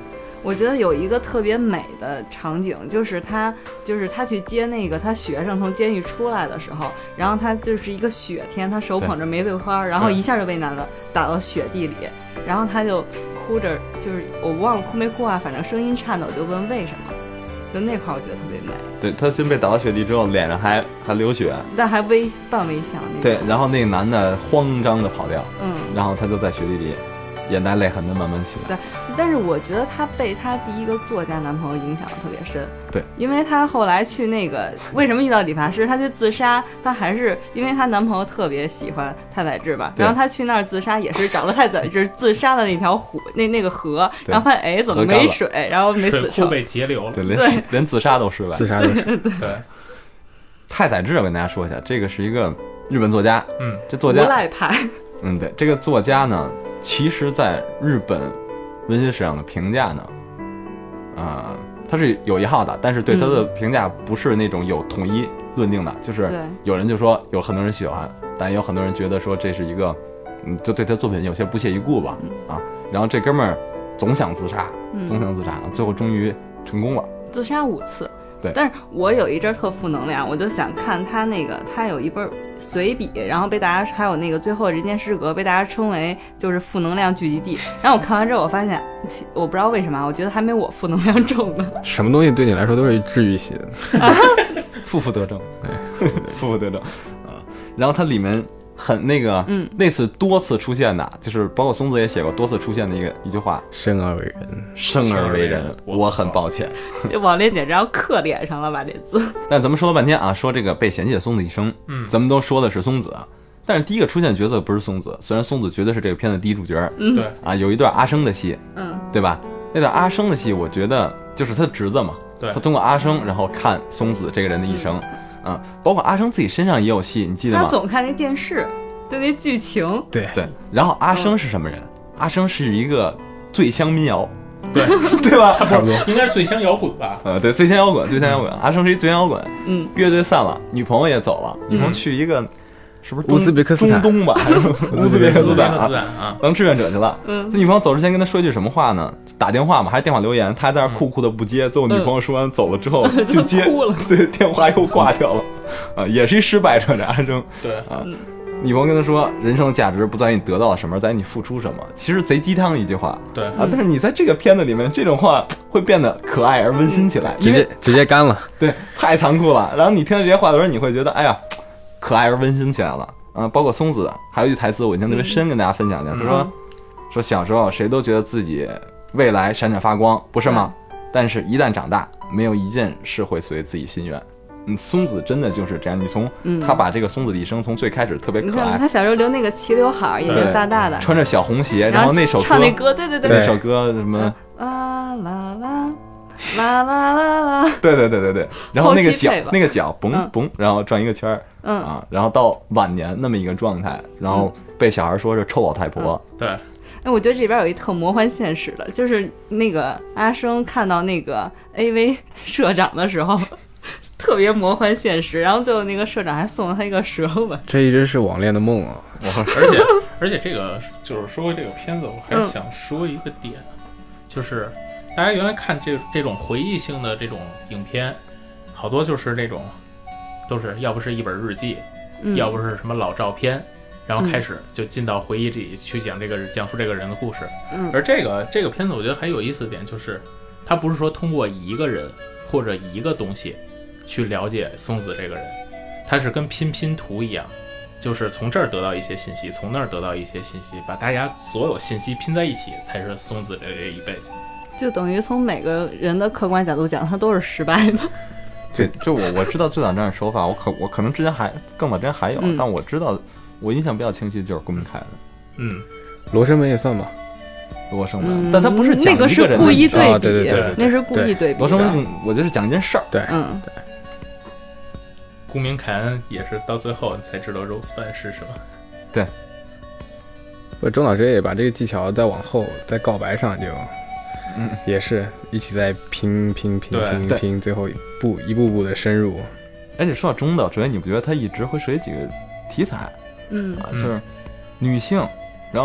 [SPEAKER 4] 我觉得有一个特别美的场景，就是他去接那个他学生从监狱出来的时候，然后他就是一个雪天，他手捧着玫瑰花，然后一下就被男的打到雪地里，然后他就哭着，就是我忘了哭没哭啊，反正声音颤抖，就问为什么。就那块我觉得特别美。
[SPEAKER 1] 对，他先被打到雪地之后，脸上还流血，
[SPEAKER 4] 但还半微笑那种。
[SPEAKER 1] 对，然后那个男的慌张的跑掉，然后他就在雪地里眼带泪痕的慢慢起来。
[SPEAKER 4] 对，但是我觉得他被他第一个作家男朋友影响的特别深。
[SPEAKER 1] 对，
[SPEAKER 4] 因为他后来去那个为什么遇到理发师，他去自杀，他还是因为她男朋友特别喜欢太宰治吧，然后他去那儿自杀也是找了太宰治自杀的那条湖那个河，然后发现怎么没水，然后没死成，
[SPEAKER 2] 水库被截流了，
[SPEAKER 1] 对，连自杀都失败，
[SPEAKER 3] 自杀都是
[SPEAKER 2] 对。
[SPEAKER 1] 太宰治我跟大家说一下，这个是一个日本作家，这作家
[SPEAKER 4] 无赖派，
[SPEAKER 1] 对，这个作家呢，其实在日本文学史上的评价呢，他是有一号的，但是对他的评价不是那种有统一论定的，就是有人就说有很多人喜欢，但也有很多人觉得说这是一个，就对他作品有些不屑一顾吧，然后这哥们儿总想自杀，最后终于成功了，
[SPEAKER 4] 自杀5次。
[SPEAKER 1] 对，
[SPEAKER 4] 但是我有一阵特负能量，我就想看他那个，他有一本随笔，然后被大家还有那个最后人间失格被大家称为就是负能量聚集地。然后我看完之后，我发现我不知道为什么，我觉得还没我负能量重呢。
[SPEAKER 3] 什么东西对你来说都是治愈系的，
[SPEAKER 1] 负得正，负得正然后它里面很那个，那次多次出现的，就是包括松子也写过多次出现的一句话：
[SPEAKER 3] 生而为人，
[SPEAKER 1] 生而为人，我很抱歉。
[SPEAKER 4] 网恋简直要刻脸上了吧这字。
[SPEAKER 1] 但咱们说了半天啊，说这个被嫌弃的松子一生，咱们都说的是松子，但是第一个出现的角色不是松子，虽然松子绝对是这个片子第一主角，
[SPEAKER 2] 对
[SPEAKER 1] 啊，有一段阿生的戏，对吧？那段阿生的戏，我觉得就是他的侄子嘛，
[SPEAKER 2] 对，
[SPEAKER 1] 他通过阿生，然后看松子这个人的一生。包括阿生自己身上也有戏，你记得吗？
[SPEAKER 4] 他总看那电视，对那剧情。
[SPEAKER 3] 对。
[SPEAKER 1] 然后阿生是什么人？阿生是一个醉乡民谣，
[SPEAKER 2] 对
[SPEAKER 1] 对吧？
[SPEAKER 3] 差不多，
[SPEAKER 2] 应该是醉乡摇滚吧？
[SPEAKER 1] 对，醉乡摇滚。阿生是一醉乡摇滚。乐队散了，女朋友也走了，女朋友去一个是不是
[SPEAKER 3] 乌兹别克斯坦
[SPEAKER 1] 中东吧？还是乌兹别克斯坦
[SPEAKER 2] 啊？
[SPEAKER 1] 当志愿者去了。这女朋友走之前跟他说一句什么话呢？打电话嘛，还是电话留言？他还在那哭哭的不接。最后女朋友说完走了之后去接，对，电话又挂掉了。也是一失败者，这阿生。
[SPEAKER 2] 对
[SPEAKER 1] 女朋友跟他说，人生的价值不在于你得到了什么，而在于你付出什么。其实贼鸡汤的一句话。
[SPEAKER 2] 对
[SPEAKER 1] 但是你在这个片子里面，这种话会变得可爱而温馨起来，因为
[SPEAKER 3] 直接干了。
[SPEAKER 1] 对，太残酷了。然后你听到这些话的时候，你会觉得，哎呀，可爱而温馨起来了。包括松子还有一句台词，我印象特别深，跟大家分享一下。他说小时候谁都觉得自己未来闪闪发光，不是吗？但是一旦长大，没有一件事会随自己心愿。松子真的就是这样。你从他把这个松子的一生从最开始特别可爱，
[SPEAKER 4] 他小时候留那个齐刘海，眼睛大大的，
[SPEAKER 1] 穿着小红鞋，然后那首歌
[SPEAKER 4] 唱那歌，对，
[SPEAKER 1] 那首歌什么
[SPEAKER 4] 啦啦啦啦啦啦啦，
[SPEAKER 1] 对，然后那个脚嘣嘣，然后转一个圈儿，然后到晚年那么一个状态，然后被小孩说是臭老太婆，
[SPEAKER 2] 对。
[SPEAKER 4] 我觉得这边有一特魔幻现实的，就是那个阿生看到那个 AV 社长的时候。特别魔幻现实，然后最后那个社长还送了他一个舌吻，
[SPEAKER 3] 这一直是网恋的梦啊！
[SPEAKER 2] 而且这个就是说这个片子，我还是想说一个点，就是大家原来看这种回忆性的这种影片，好多就是这种都是要不是一本日记，要不是什么老照片，然后开始就进到回忆里去讲述这个人的故事。而这个片子我觉得还有意思的点就是，它不是说通过一个人或者一个东西去了解松子这个人，他是跟拼图一样，就是从这儿得到一些信息，从那儿得到一些信息，把大家所有信息拼在一起，才是松子这一辈子。
[SPEAKER 4] 就等于从每个人的客观角度讲，他都是失败的。
[SPEAKER 1] 对，就我知道最早这样的说法，我可能之前更早之前还有，但我知道我印象比较清晰就是公民凯的。
[SPEAKER 3] 罗生门也算吧。
[SPEAKER 1] 罗生门，但他不是讲一个人的，
[SPEAKER 4] 那个是故意对比，
[SPEAKER 3] 对，
[SPEAKER 4] 那是故意对比。
[SPEAKER 1] 罗生门，我觉得是讲一件事儿。
[SPEAKER 3] 对，
[SPEAKER 1] 对。
[SPEAKER 2] 顾明凯恩也是到最后才知道 Rosebud 是什么。
[SPEAKER 1] 对。
[SPEAKER 3] 周老师也把这个技巧再往后，在告白上就，也是一起在拼，最后一步步的深入。
[SPEAKER 1] 而且说到中岛哲也，你不觉得他一直会涉及几个题材？就是女性，然后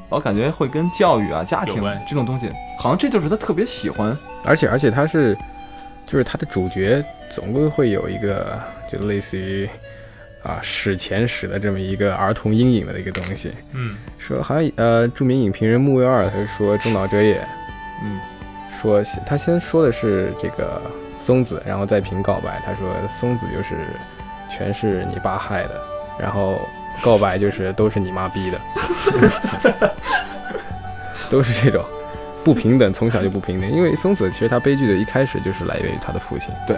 [SPEAKER 1] 老感觉会跟教育啊、家庭
[SPEAKER 2] 有关
[SPEAKER 1] 这种东西，好像这就是他特别喜欢。
[SPEAKER 3] 而且他是，就是他的主角总归会有一个就类似于史前史的这么一个儿童阴影的一个东西。说好像著名影评人木卫二他说中岛哲也，说他先说的是这个松子，然后再评告白，他说松子就是全是你爸害的，然后告白就是都是你妈逼的，都是这种不平等，从小就不平等。因为松子其实他悲剧的一开始就是来源于他的父亲。
[SPEAKER 2] 对，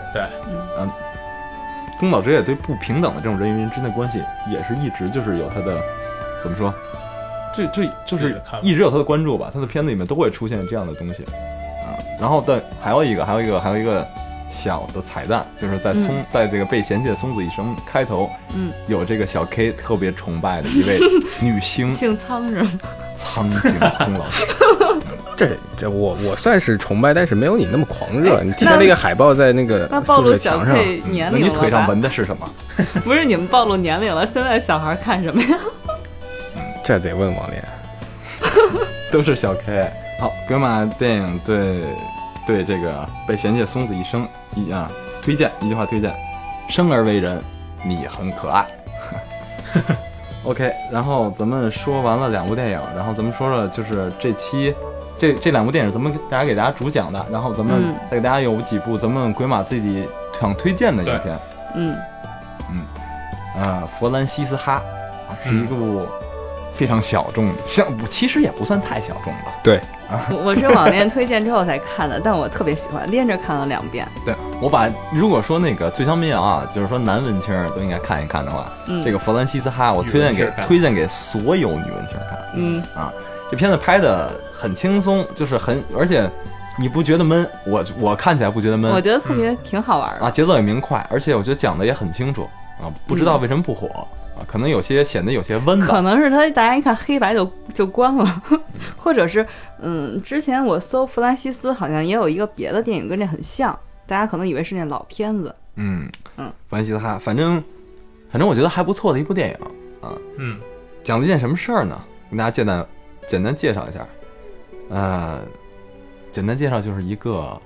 [SPEAKER 1] 中岛哲也对不平等的这种人与人之间的关系，也是一直就是有他的怎么说，这就是一直有他的关注吧。他的片子里面都会出现这样的东西然后还有一个小的彩蛋，就是在这个被嫌弃的松子一生开头，有这个小 K 特别崇拜的一位女星，
[SPEAKER 4] 姓苍是吗？
[SPEAKER 1] 苍井空老师。
[SPEAKER 3] 这我算是崇拜，但是没有你那么狂热。你贴那个海报在那个
[SPEAKER 4] 暴露小
[SPEAKER 3] 墙上，
[SPEAKER 4] K 年龄了吧？
[SPEAKER 1] 那你腿上纹的是什么？
[SPEAKER 4] 不是你们暴露年龄了，现在小孩看什么呀？
[SPEAKER 3] 这得问王莲。
[SPEAKER 1] 都是小 K。好，鬼马电影对这个被嫌弃的松子一生推荐一句话推荐：生而为人，你很可爱。OK， 然后咱们说完了2部电影，然后咱们说说就是这期这2部电影咱们给大家主讲的，然后咱们再给大家有几部咱们鬼马自己想推荐的影片。佛兰西斯哈是一部非常小众的，其实也不算太小众吧。
[SPEAKER 3] 对，
[SPEAKER 4] 我是网恋推荐之后才看的，但我特别喜欢，连着看了2遍。
[SPEAKER 1] 对，如果说那个最强民谣就是说男文青都应该看一看的话，这个佛兰西斯哈我推荐给所有女文青看。这片子拍的很轻松，就是而且你不觉得闷，我看起来不觉得闷，
[SPEAKER 4] 我觉得特别挺好玩的
[SPEAKER 1] 节奏也明快，而且我觉得讲的也很清楚不知道为什么不火可能显得有些温吧，
[SPEAKER 4] 可能是大家一看黑白就关了，或者是之前我搜弗兰西斯好像也有一个别的电影跟这很像，大家可能以为是那老片子。
[SPEAKER 1] 弗兰西斯哈，反正我觉得还不错的一部电影讲了一件什么事儿呢？跟大家简单介绍一下。简单介绍就是一个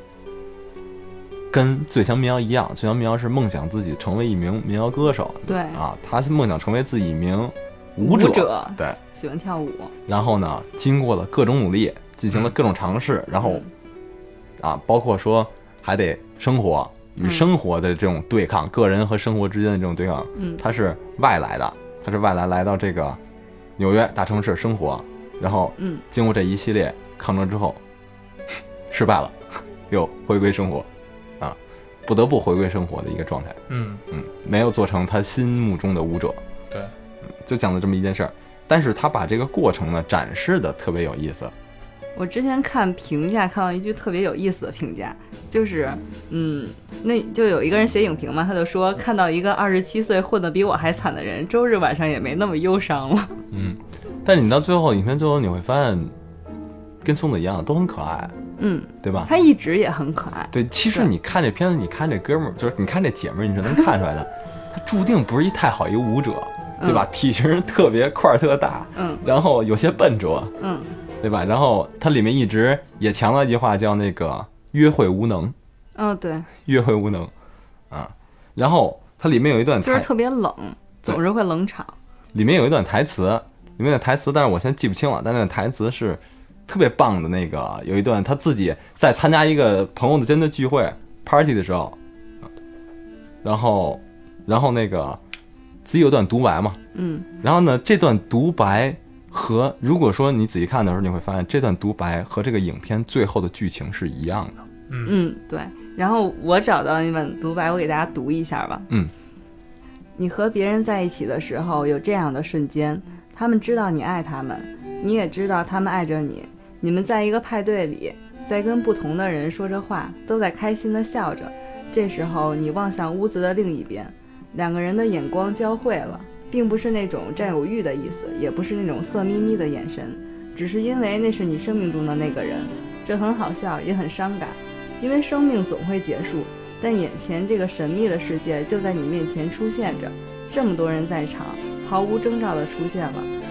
[SPEAKER 1] 跟最强民谣一样，最强民谣是梦想自己成为一名民谣歌手，
[SPEAKER 4] 对
[SPEAKER 1] 他是梦想成为自己一名
[SPEAKER 4] 舞
[SPEAKER 1] 者，对，
[SPEAKER 4] 喜欢跳舞。然
[SPEAKER 1] 后呢，经过了各种努力，进行了各种尝试，然后包括说还得生活与生活的这种对抗，个人和生活之间的这种对抗，他是外来来到这个纽约大城市生活，然后经过这一系列抗争之后失败了，又回归生活不得不回归生活的一个状态。没有做成他心目中的舞者。
[SPEAKER 2] 对，
[SPEAKER 1] 就讲了这么一件事儿，但是他把这个过程呢展示的特别有意思。
[SPEAKER 4] 我之前看评价看到一句特别有意思的评价，就是那就有一个人写影评嘛，他就说看到一个27岁混得比我还惨的人，周日晚上也没那么忧伤了。
[SPEAKER 1] 但是你到最后影片最后你会发现跟松子一样都很可爱，对吧？
[SPEAKER 4] 他一直也很可爱。
[SPEAKER 1] 对，其实你看这片子，你看这哥们儿，就是你看这姐们儿，你是能看出来的，他注定不是一太好一舞者，对吧？体型特别块儿特大，然后有些笨拙，对吧？然后他里面一直也强调一句话，叫那个约会无能。
[SPEAKER 4] 对，
[SPEAKER 1] 约会无能然后它里面有一段
[SPEAKER 4] 就是特别冷，总是会冷场。
[SPEAKER 1] 里面有一段台词，但是我现在记不清了，但那个台词是特别棒的。那个有一段他自己在参加一个朋友的间的聚会 party 的时候，然后那个自己有段独白嘛，然后呢这段独白和如果说你仔细看的时候，你会发现这段独白和这个影片最后的剧情是一样的。
[SPEAKER 4] 对。然后我找到那本独白，我给大家读一下吧。你和别人在一起的时候，有这样的瞬间，他们知道你爱他们，你也知道他们爱着你。你们在一个派对里，在跟不同的人说着话，都在开心地笑着。这时候你望向屋子的另一边，2个人的眼光交汇了，并不是那种占有欲的意思，也不是那种色眯眯的眼神，只是因为那是你生命中的那个人。这很好笑，也很伤感，因为生命总会结束，但眼前这个神秘的世界就在你面前出现着，这么多人在场，毫无征兆地出现了，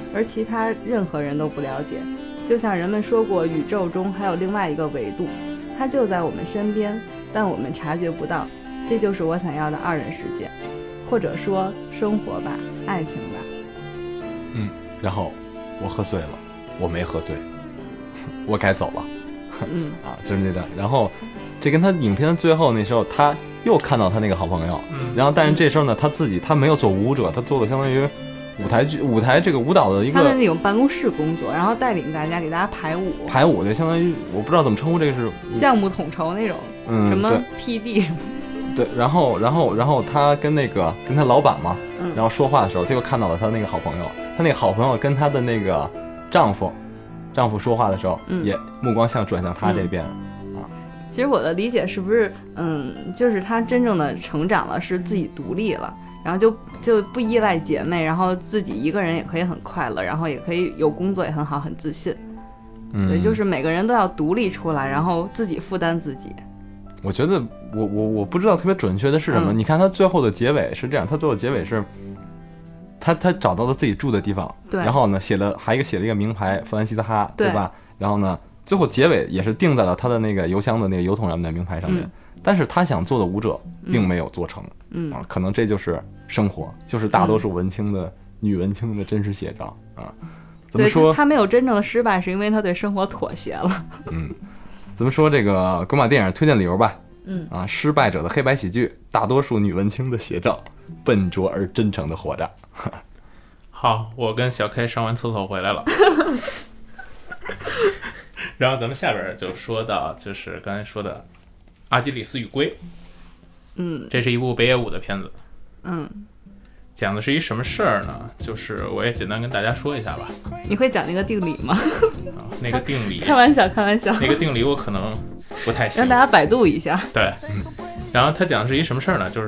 [SPEAKER 4] 而其他任何人都不了解。就像人们说过，宇宙中还有另外一个维度，它就在我们身边，但我们察觉不到。这就是我想要的二人世界，或者说生活吧，爱情吧。
[SPEAKER 1] 然后我喝醉了，我没喝醉，我该走了。就是那段。然后这跟他影片的最后那时候，他又看到他那个好朋友，然后但是这时候呢，他没有做舞者，他做的相当于舞台这个舞蹈的一个，
[SPEAKER 4] 他在那种办公室工作，然后带领大家给大家排舞，
[SPEAKER 1] 就相当于我不知道怎么称呼这个是
[SPEAKER 4] 项目统筹那种，什么 PD。
[SPEAKER 1] 对，然后他跟他老板嘛，然后说话的时候，他又看到了他那个好朋友，他那个好朋友跟他的那个丈夫说话的时候，也目光转向他这边。
[SPEAKER 4] 其实我的理解是不是，就是他真正的成长了，是自己独立了，然后就不依赖姐妹，然后自己一个人也可以很快乐，然后也可以有工作也很好，很自信。对，就是每个人都要独立出来，然后自己负担自己。
[SPEAKER 1] 我觉得我不知道特别准确的是什么。你看他最后的结尾是这样，他最后结尾是他找到了自己住的地方，
[SPEAKER 4] 对，
[SPEAKER 1] 然后呢写了一个名牌弗兰西斯哈，对吧？然后呢最后结尾也是定在了他的那个邮箱的那个邮筒上面的名牌上面，但是他想做的舞者并没有做成，可能这就是生活，就是大多数女文青的真实写照啊。怎么说
[SPEAKER 4] 他没有真正的失败，是因为他对生活妥协了。
[SPEAKER 1] 怎么说这个鬼马电影推荐理由吧？失败者的黑白喜剧，大多数女文青的写照，笨拙而真诚的活着。
[SPEAKER 2] 好，我跟小 K 上完厕所回来了。然后咱们下边就说到，就是刚才说的《阿基里斯与龟》。这是一部北野武的片子。讲的是一什么事儿呢？就是我也简单跟大家说一下吧。
[SPEAKER 4] 你会讲那个定理吗？
[SPEAKER 2] 那个定理，
[SPEAKER 4] 开玩笑。
[SPEAKER 2] 那个定理我可能不太行，
[SPEAKER 4] 让大家百度一下。
[SPEAKER 2] 对，然后他讲的是一什么事儿呢？就是，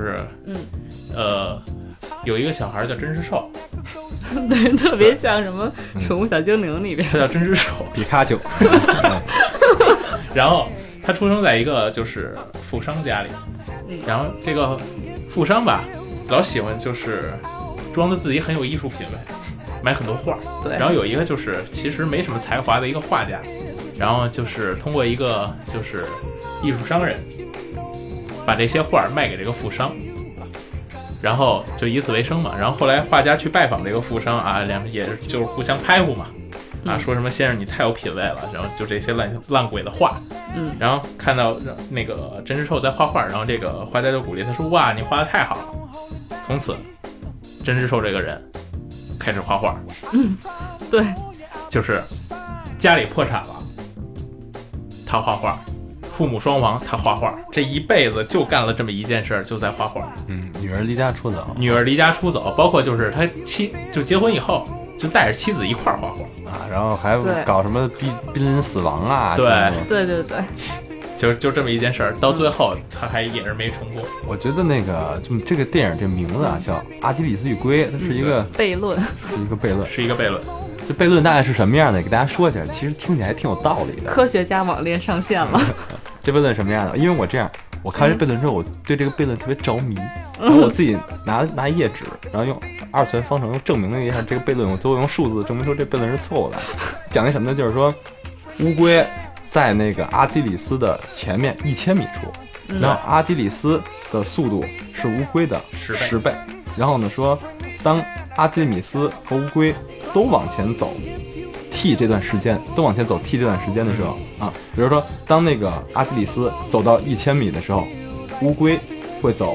[SPEAKER 2] 有一个小孩叫真实兽，
[SPEAKER 4] 对，特别像什么宠物小精灵里边，
[SPEAKER 2] 他叫真实兽，
[SPEAKER 1] 皮卡丘。
[SPEAKER 2] 然后他出生在一个就是富商家里，然后这个富商吧，老喜欢就是装的自己很有艺术品味，买很多画。
[SPEAKER 4] 对。
[SPEAKER 2] 然后有一个就是其实没什么才华的一个画家，然后就是通过一个就是艺术商人，把这些画卖给这个富商，然后就以此为生嘛。然后后来画家去拜访这个富商啊，两人也就是互相拍呼嘛，说什么先生你太有品位了，然后就这些烂鬼的画。然后看到那个真实兽在画画，然后这个画家就鼓励他说：“哇，你画的太好了！”从此，真实兽这个人开始画画。
[SPEAKER 4] 对，
[SPEAKER 2] 就是家里破产了，他画画；父母双亡，他画画。这一辈子就干了这么一件事，就在画画。
[SPEAKER 1] 女儿离家出走，
[SPEAKER 2] 包括就是他就结婚以后，就带着妻子一块儿画画
[SPEAKER 1] 啊，然后还搞什么濒临死亡啊？
[SPEAKER 4] 对，
[SPEAKER 2] 就这么一件事儿，到最后他还也是没成功。
[SPEAKER 1] 我觉得那个就这个电影这名字啊，叫《阿基里斯与龟》，它是一个
[SPEAKER 4] 悖论，
[SPEAKER 2] 是一个悖论。
[SPEAKER 1] 这悖论大概是什么样的？给大家说一下，其实听起来还挺有道理的。
[SPEAKER 4] 科学家网恋上线了。
[SPEAKER 1] 这悖论什么样的？因为我看完这悖论之后，我对这个悖论特别着迷，然后我自己拿一页纸，然后用二次元方程证明了一下这个悖论，我最后用数字证明说这悖论是错误的。讲的什么呢？就是说乌龟在那个阿基里斯的前面1000米处，然后阿基里斯的速度是乌龟的10倍。然后呢说，当阿基里斯和乌龟都往前走 t 这段时间的时候啊，比如说当那个阿基里斯走到1000米的时候，乌龟会走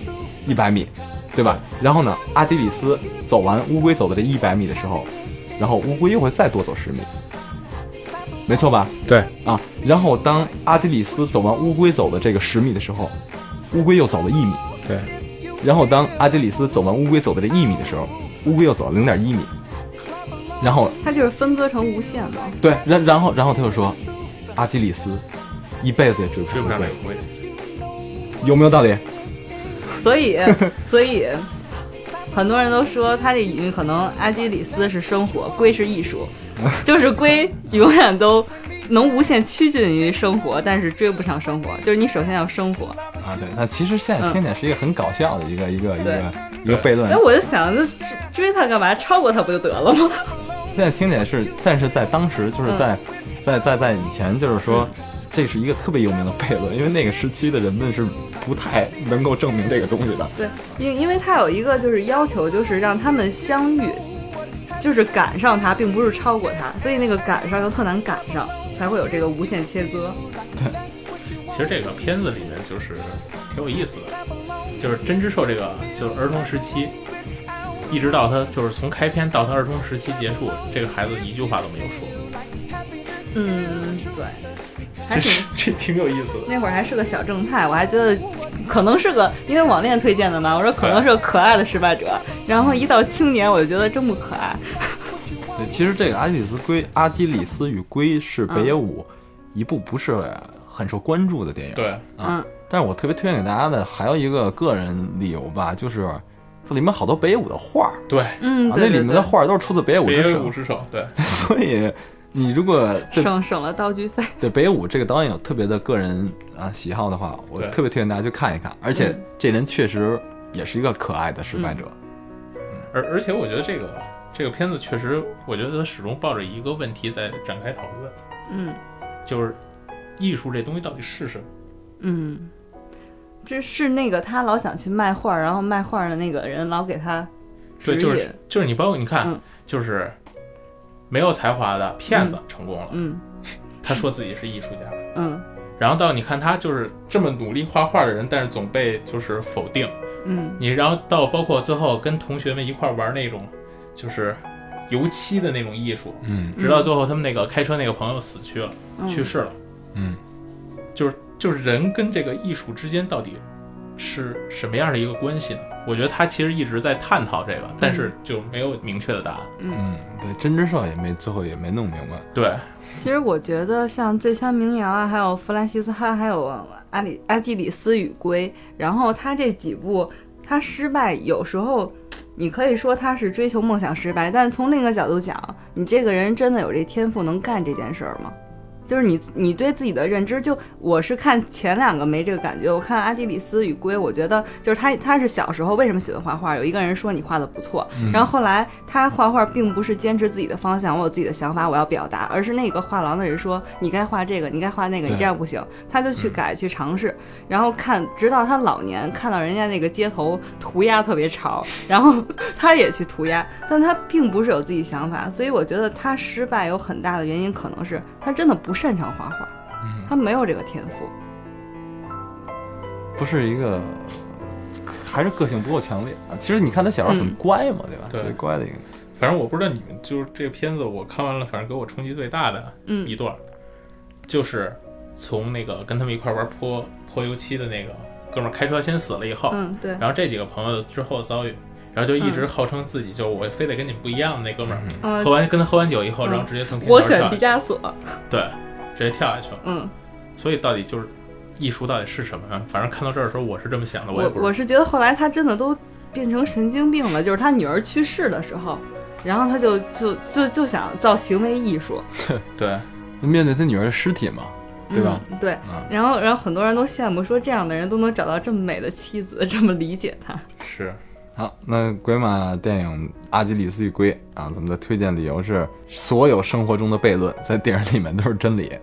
[SPEAKER 1] 100米，对吧？然后呢，阿基里斯走完乌龟走的这100米的时候，然后乌龟又会再多走10米。没错吧？
[SPEAKER 3] 对
[SPEAKER 1] 啊，然后当阿基里斯走完乌龟走的这个10米的时候，乌龟又走了1米。
[SPEAKER 3] 对，
[SPEAKER 1] 然后当阿基里斯走完乌龟走的这1米的时候，乌龟又走了0.1米。然后
[SPEAKER 4] 它就是分割成无限嘛。
[SPEAKER 1] 对，然后他就说，阿基里斯一辈子也追不上这个龟，有没有道理？
[SPEAKER 4] 所以很多人都说他这隐喻可能阿基里斯是生活，龟是艺术。就是龟永远都能无限趋近于生活，但是追不上生活。就是你首先要生活
[SPEAKER 1] 啊。对，那其实现在听起来是一个很搞笑的一个悖论。
[SPEAKER 4] 那我就想，追他干嘛？超过他不就得了吗？
[SPEAKER 1] 现在听起来是，但是在当时就是在以前就是说。这是一个特别有名的悖论，因为那个时期的人们是不太能够证明这个东西的。
[SPEAKER 4] 对，因为他有一个就是要求，就是让他们相遇，就是赶上他，并不是超过他，所以那个赶上又特难赶上，才会有这个无限切割。
[SPEAKER 1] 对，
[SPEAKER 2] 其实这个片子里面就是挺有意思的，就是真之兽这个就是儿童时期，一直到他就是从开篇到他儿童时期结束，这个孩子一句话都没有说。
[SPEAKER 4] 对。
[SPEAKER 2] 这挺有意思的。
[SPEAKER 4] 那会儿还是个小正太，我还觉得可能是个，因为网恋推荐的嘛，我说可能是个可爱的失败者。然后一到青年，我就觉得真不可爱。
[SPEAKER 1] 对，其实这个阿基里斯与龟是北野武一部不是很受关注的电影。
[SPEAKER 2] 对，
[SPEAKER 1] 但是我特别推荐给大家的还有一个个人理由吧，就是这里面好多北野武的画。
[SPEAKER 2] 对，
[SPEAKER 4] 对，
[SPEAKER 1] 那里面的画都是出自北野武
[SPEAKER 2] 之手。对，
[SPEAKER 1] 所以。你如果
[SPEAKER 4] 省了道具费，
[SPEAKER 1] 对北野武这个导演有特别的个人喜好的话，我特别推荐大家去看一看。而且这人确实也是一个可爱的失败者。
[SPEAKER 2] 而且我觉得这个片子确实，我觉得他始终抱着一个问题在展开讨论。就是艺术这东西到底是什么？
[SPEAKER 4] 这是那个他老想去卖画，然后卖画的那个人老给他指引。
[SPEAKER 2] 对，就是你包括你看，就是没有才华的骗子成功了。他说自己是艺术家。然后到你看他就是这么努力画画的人，但是总被就是否定。你然后到包括最后跟同学们一块玩那种就是油漆的那种艺术。直到最后他们那个开车那个朋友死去了，去世了。就是人跟这个艺术之间到底是什么样的一个关系呢？我觉得他其实一直在探讨这个，但是就没有明确的答案。
[SPEAKER 1] 对，真之兽最后也没弄明白。
[SPEAKER 2] 对，
[SPEAKER 4] 其实我觉得像《醉乡民谣》啊，还有《弗兰西斯哈》，还有阿基里斯与龟，然后他这几部他失败，有时候你可以说他是追求梦想失败，但从另一个角度讲，你这个人真的有这天赋能干这件事儿吗？就是你对自己的认知，就我是看前两个没这个感觉，我看阿基里斯与龟，我觉得就是他是小时候为什么喜欢画画，有一个人说你画的不错，然后后来他画画并不是坚持自己的方向，我有自己的想法我要表达，而是那个画廊的人说你该画这个，你该画那个，你这样不行，他就去改去尝试，然后直到他老年看到人家那个街头涂鸦特别潮，然后他也去涂鸦，但他并不是有自己想法，所以我觉得他失败有很大的原因可能是他真的不擅长画画，他没有这个天赋，
[SPEAKER 1] 不是一个，还是个性不够强烈啊。其实你看他小时候很乖嘛，对吧？
[SPEAKER 2] 对，
[SPEAKER 1] 最乖的一个。
[SPEAKER 2] 反正我不知道你们就是这个片子，我看完了，反正给我冲击最大的一段，就是从那个跟他们一块玩泼油漆的那个哥们儿开车先死了以后，
[SPEAKER 4] 对，
[SPEAKER 2] 然后这几个朋友之后遭遇。然后就一直号称自己就我非得跟你们不一样的那哥们儿，跟他喝完酒以后，然后直接从天桥
[SPEAKER 4] 我选毕加索，
[SPEAKER 2] 对，直接跳下去了。所以到底就是艺术到底是什么呢？反正看到这儿的时候，我是这么想的。
[SPEAKER 4] 我是觉得后来他真的都变成神经病了，就是他女儿去世的时候，然后他就想造行为艺术，
[SPEAKER 2] 对，
[SPEAKER 1] 面对他女儿的尸体嘛。对吧？
[SPEAKER 4] 对，然后很多人都羡慕说这样的人都能找到这么美的妻子，这么理解他。
[SPEAKER 2] 是。
[SPEAKER 1] 好，那鬼马电影《阿基里斯与龟》啊，咱们的推荐理由是：所有生活中的悖论在电影里面都是真理。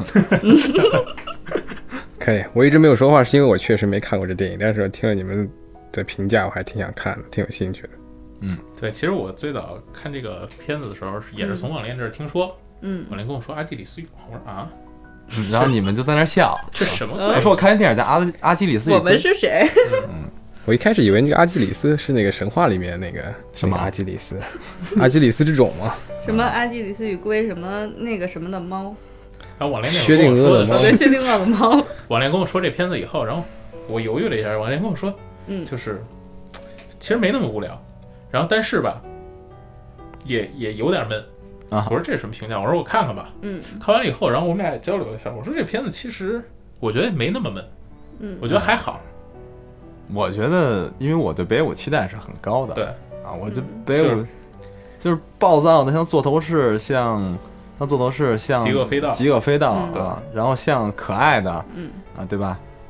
[SPEAKER 3] 可以，我一直没有说话，是因为我确实没看过这电影，但是我听了你们的评价，我还挺想看的，挺有兴趣的。
[SPEAKER 2] 对，其实我最早看这个片子的时候，也是从网恋这儿听说，网恋跟我说阿基里斯与龟，我说啊。
[SPEAKER 1] 然后你们就在那笑，
[SPEAKER 2] 这什么鬼？
[SPEAKER 1] 我说我看一电影叫阿基里斯与龟，
[SPEAKER 4] 我们是谁？
[SPEAKER 3] 我一开始以为那个阿基里斯是那个神话里面那个什么阿基里斯，阿基里斯之种吗？
[SPEAKER 4] 什么阿基里斯与龟，什么那个什么的猫。
[SPEAKER 2] 然后网恋
[SPEAKER 3] 薛定谔的猫，
[SPEAKER 4] 薛定谔的猫。
[SPEAKER 2] 网恋跟我说这片子以后，然后我犹豫了一下，网恋跟我说，就是其实没那么无聊，然后但是吧，也有点闷
[SPEAKER 1] 啊。
[SPEAKER 2] 我说这是什么评价？我说我看看吧。看完了以后，然后我们俩也交流一下，我说这片子其实我觉得没那么闷，我觉得还好。
[SPEAKER 1] 我觉得，因为我对北野武期待是很高的，
[SPEAKER 2] 对
[SPEAKER 1] 啊，我这北野武就是暴躁的，像座头市，像
[SPEAKER 2] 极恶飞道，
[SPEAKER 1] 对吧？然后像可爱的，对吧？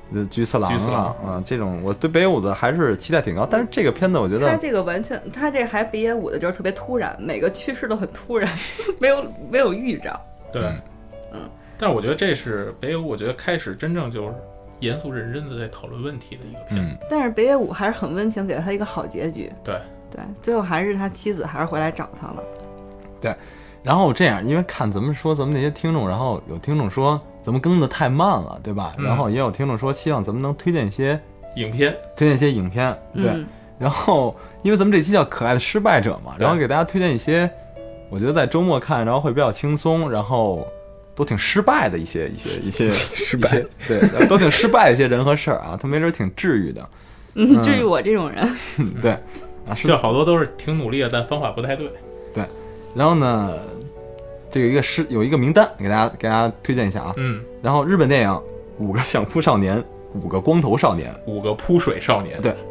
[SPEAKER 1] 菊次郎啊，这种我对北野武的还是期待挺高，但是这个片子我觉得
[SPEAKER 4] 他这个完全，他这还北野武的就是特别突然，每个去世都很突然，没有预兆。
[SPEAKER 2] 对，但是我觉得这是北野武，我觉得开始真正就是严肃认真的在讨论问题的一个片子。
[SPEAKER 4] 但是北野武还是很温情，给了他一个好结局。
[SPEAKER 2] 对，
[SPEAKER 4] 最后还是他妻子还是回来找他了。
[SPEAKER 1] 对，然后这样，因为看咱们那些听众，然后有听众说咱们更的太慢了，对吧？然后也有听众说希望咱们能推荐一些影片，对。然后因为咱们这期叫可爱的失败者嘛，然后给大家推荐一些我觉得在周末看然后会比较轻松，然后都挺失败的一些
[SPEAKER 3] 失败，
[SPEAKER 1] 对，都挺失败的一些人和事儿啊，他没准挺治愈的，
[SPEAKER 4] 治愈我这种人，
[SPEAKER 1] 对，
[SPEAKER 2] 就好多都是挺努力的，但方法不太对，
[SPEAKER 1] 对。然后呢，这有一个名单给大家推荐一下啊，然后日本电影5个相扑少年，5个光头少年
[SPEAKER 2] ，5个扑水少年，
[SPEAKER 1] 对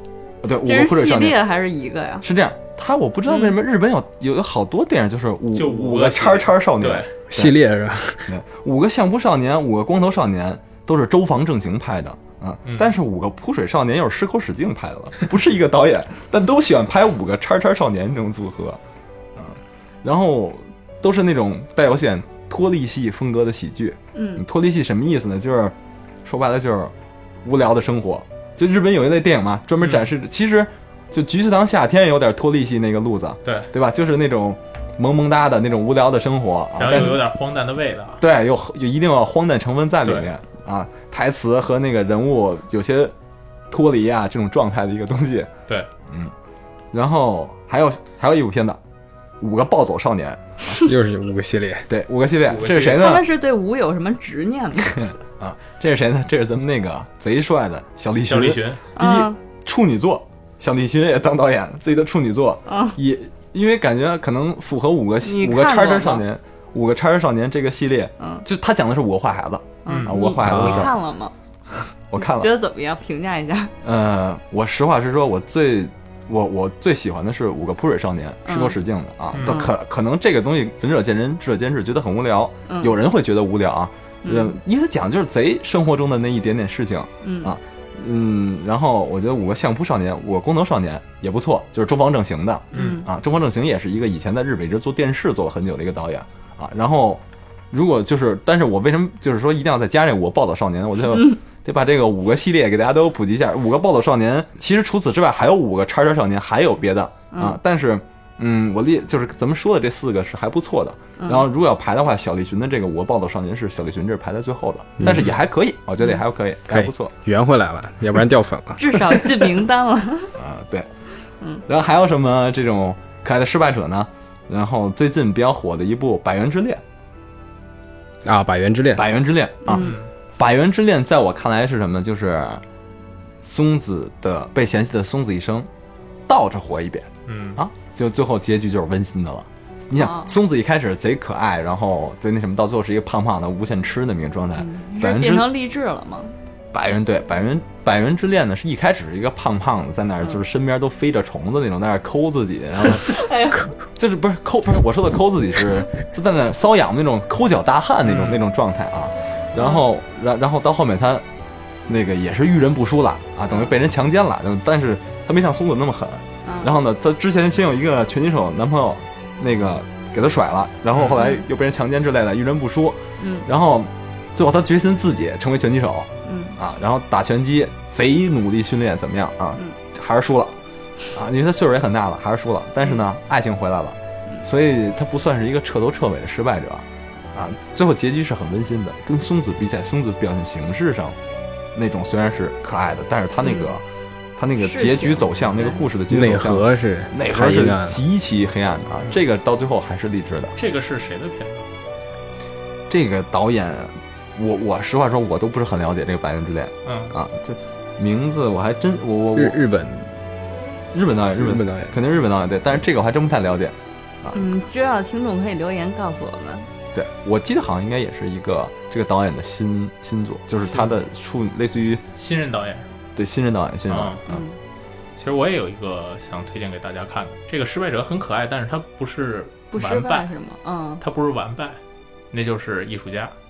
[SPEAKER 1] ，5个扑水少年，
[SPEAKER 4] 这是系列还是一个呀？
[SPEAKER 1] 是这样，我不知道为什么日本有好多电影就是五个叉叉少年
[SPEAKER 3] 系列是吧？
[SPEAKER 1] 对，5个相扑少年，5个光头少年都是周防正行拍的啊，但是5个扑水少年又是矢口史敬拍的了，不是一个导演，但都喜欢拍5个叉叉少年这种组合啊，然后都是那种带有些脱离系风格的喜剧。脱离系什么意思呢？就是说白了就是无聊的生活。就日本有一类电影嘛，专门展示，其实就菊次郎夏天有点脱离系那个路子，对吧？就是那种萌萌哒的那种无聊的生活，
[SPEAKER 2] 然后又有点荒诞的味道，
[SPEAKER 1] 对，有一定要荒诞成分在里面啊，台词和那个人物有些脱离啊这种状态的一个东西。
[SPEAKER 2] 对，
[SPEAKER 1] 然后还有一部片子，5个暴走少年，
[SPEAKER 3] 又是5个系列，
[SPEAKER 1] 对，5个系列，这是谁呢？
[SPEAKER 4] 他们是对5有什么执念吗？
[SPEAKER 1] 啊，这是谁呢？这是咱们那个贼帅的小栗旬，第一处女座，小栗旬也当导演，自己的处女座，也因为感觉可能符合5个叉叉少年，5个叉叉少年这个系列，就他讲的是5个坏孩子，5个坏孩子，
[SPEAKER 4] 你看了吗？
[SPEAKER 1] 我看了，
[SPEAKER 4] 觉得怎么样？评价一下。
[SPEAKER 1] 我实话实说，我最喜欢的是5个扑水少年，矢口史敬的啊，可能这个东西仁者见仁，智者见智，觉得很无聊，有人会觉得无聊啊。因为他讲的就是贼生活中的那一点点事情，然后我觉得5个相扑少年，5个光头少年也不错，就是周防正行的，周防正行也是一个以前在日本一直做电视做了很久的一个导演啊。然后如果就是，但是我为什么就是说一定要再加这5个暴走少年，我就得把这个5个系列给大家都普及一下。5个暴走少年，其实除此之外还有5个叉叉少年，还有别的啊，但是。我就是咱们说的这4个是还不错的，然后如果要排的话，小栗旬的这个5个暴走少年是小栗旬这是排在最后的，但是也还可以，我觉得也还可以，还不错，
[SPEAKER 3] 圆回来了，要不然掉粉了，
[SPEAKER 4] 至少进名单了
[SPEAKER 1] 对，然后还有什么这种可爱的失败者呢？然后最近比较火的一部《百元之恋》
[SPEAKER 3] 啊，《百元之恋》
[SPEAKER 1] 啊，《百元之恋》在我看来是什么？就是松子的被嫌弃的松子一生倒着活一遍，就最后结局就是温馨的了。你想，松子一开始贼可爱，然后贼那什么，到最后是一个胖胖的无限吃那么一个状态。
[SPEAKER 4] 变成励志了吗？
[SPEAKER 1] 百元之恋呢，是一开始是一个胖胖的，在那儿就是身边都飞着虫子那种，在那儿抠自己，然后就是不是我说的抠自己是就在那瘙痒那种抠脚大汉那种状态啊。然后到后面他那个也是遇人不淑了啊，等于被人强奸了，但是他没像松子那么狠。然后呢，他之前先有一个拳击手男朋友，那个给他甩了，然后后来又被人强奸之类的，遇人不淑。然后最后他决心自己成为拳击手，然后打拳击贼努力训练，怎么样啊？还是输了啊，因为他岁数也很大了，还是输了。但是呢，爱情回来了，所以他不算是一个彻头彻尾的失败者啊。最后结局是很温馨的，跟松子比起来，松子表现形式上那种虽然是可爱的，但是他那个结局走向，那个故事的结局走向
[SPEAKER 3] 内核是
[SPEAKER 1] 极其黑暗的啊！这个到最后还是励志的。
[SPEAKER 2] 这个是谁的片子？
[SPEAKER 1] 这个导演，我实话说，我都不是很了解这个《百元之恋》。这名字我还真
[SPEAKER 3] 日本导演，
[SPEAKER 1] 肯定日本导演对，但是这个我还真不太了解啊。
[SPEAKER 4] 知道的听众可以留言告诉我们。
[SPEAKER 1] 对，我记得好像应该也是一个这个导演的新作，就是他的类似于
[SPEAKER 2] 新人导演。
[SPEAKER 1] 对，新人导演。
[SPEAKER 2] 其实我也有一个想推荐给大家看的，这个失败者很可爱，但是他不是完败
[SPEAKER 4] 是吗？
[SPEAKER 2] 他不是完败，那就是艺术家。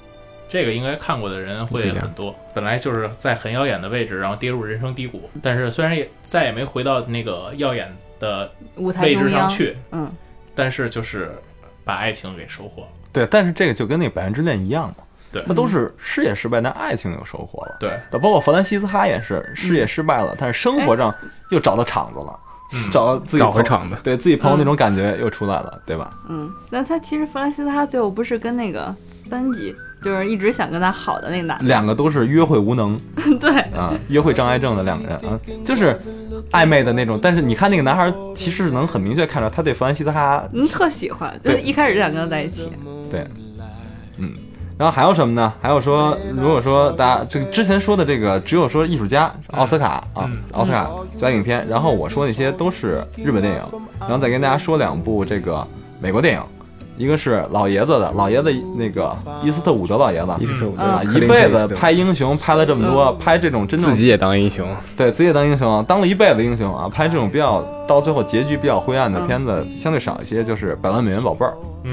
[SPEAKER 2] 这个应该看过的人会很多。本来就是在很耀眼的位置，然后跌入人生低谷，但是虽然也再也没回到那个耀眼的位置上去，但是就是把爱情给收获了。
[SPEAKER 1] 对，但是这个就跟那个《百元之恋》一样嘛。
[SPEAKER 2] 对，
[SPEAKER 1] 他都是事业失败，但爱情有收获了。
[SPEAKER 2] 对，
[SPEAKER 1] 包括弗兰西斯哈也是事业失败了，但是生活上又找到场子了，找到自己
[SPEAKER 3] 找回场子，
[SPEAKER 1] 对自己朋友那种感觉又出来了，对吧？
[SPEAKER 4] 那他其实弗兰西斯哈最后不是跟那个班吉，就是一直想跟他好的那男的，
[SPEAKER 1] 两个都是约会无能，
[SPEAKER 4] 对
[SPEAKER 1] 约会障碍症的两个人啊，就是暧昧的那种。但是你看那个男孩，其实能很明确看出他对弗兰西斯哈，
[SPEAKER 4] 特喜欢，就是一开始就想跟他在一起。
[SPEAKER 1] 对，然后还有什么呢？还有说，如果说大家这个之前说的这个，只有说艺术家、奥斯卡啊，奥斯卡最佳影片，然后我说那些都是日本电影，然后再跟大家说两部这个美国电影，一个是老爷子那个伊斯特伍德老爷子，一辈子拍英雄，拍了这么多，拍这种真正
[SPEAKER 3] 自己也当英雄，
[SPEAKER 1] 对自己也当英雄，当了一辈子英雄啊，拍这种比较到最后结局比较灰暗的片子相对少一些，就是《百万美元宝贝儿》。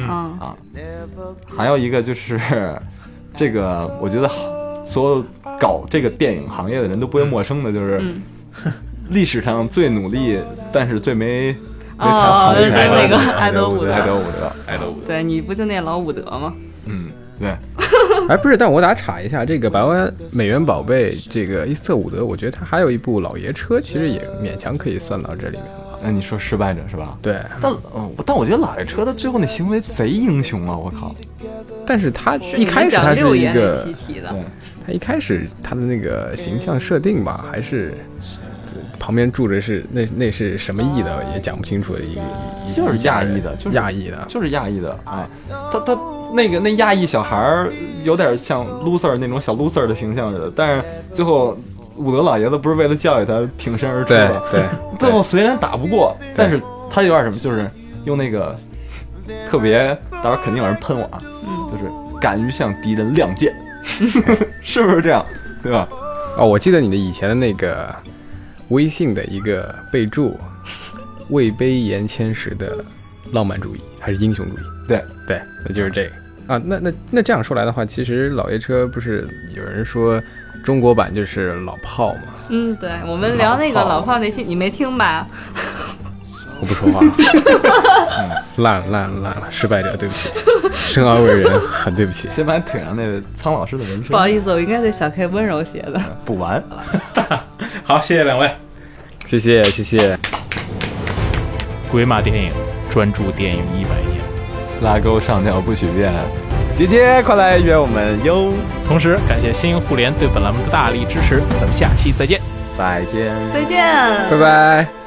[SPEAKER 1] 还有一个就是这个，我觉得所有搞这个电影行业的人都不会陌生的，就是历史上最努力但是最没才好的
[SPEAKER 4] 那个艾德伍德，对，你不就那老伍德吗？
[SPEAKER 1] 对。
[SPEAKER 3] 哎，不是，但我打岔一下，这个《百万美元宝贝》这个伊斯特伍德，我觉得他还有一部《老爷车》，其实也勉强可以算到这里面了。
[SPEAKER 1] 你说失败者是吧？
[SPEAKER 3] 对，
[SPEAKER 1] 但我觉得老爷车的最后那行为贼英雄啊！我靠！
[SPEAKER 3] 但是他一开始他是一个，
[SPEAKER 1] 对，
[SPEAKER 3] 他一开始他的那个形象设定吧，还是旁边住着是那是什么裔的也讲不清楚的一个，
[SPEAKER 1] 就是亚裔的，就是
[SPEAKER 3] 亚裔的，
[SPEAKER 1] 就是亚裔的啊！他那亚裔小孩儿有点像 loser 那种小 loser 的形象似的，但是最后。伍德老爷子不是为了教育他挺身而出的，
[SPEAKER 3] 对，
[SPEAKER 1] 最后虽然打不过，但是他有点什么，就是用那个特别，到时候肯定有人喷我啊，就是敢于向敌人亮剑，是不是这样，对吧？
[SPEAKER 3] 我记得你的以前的那个微信的一个备注，位卑言谦时的浪漫主义还是英雄主义？对，那就是这个啊。那这样说来的话，其实老爷车不是有人说。中国版就是老炮嘛，
[SPEAKER 4] 对，我们聊那个老炮那期你没听吧？
[SPEAKER 3] 我不说话，烂了，失败者，对不起，生而为人，很对不起。
[SPEAKER 1] 先把腿上那个苍老师的纹身，
[SPEAKER 4] 不好意思，我应该对小 K 温柔些的，
[SPEAKER 1] 补完。
[SPEAKER 2] 好，谢谢两位，
[SPEAKER 3] 谢谢。
[SPEAKER 2] 鬼马电影专注电影100年，
[SPEAKER 1] 拉钩上吊不许变。姐姐，快来约我们哟！
[SPEAKER 2] 同时感谢新互联对本栏目的大力支持，咱们下期再见，
[SPEAKER 1] 再见，
[SPEAKER 4] 拜拜。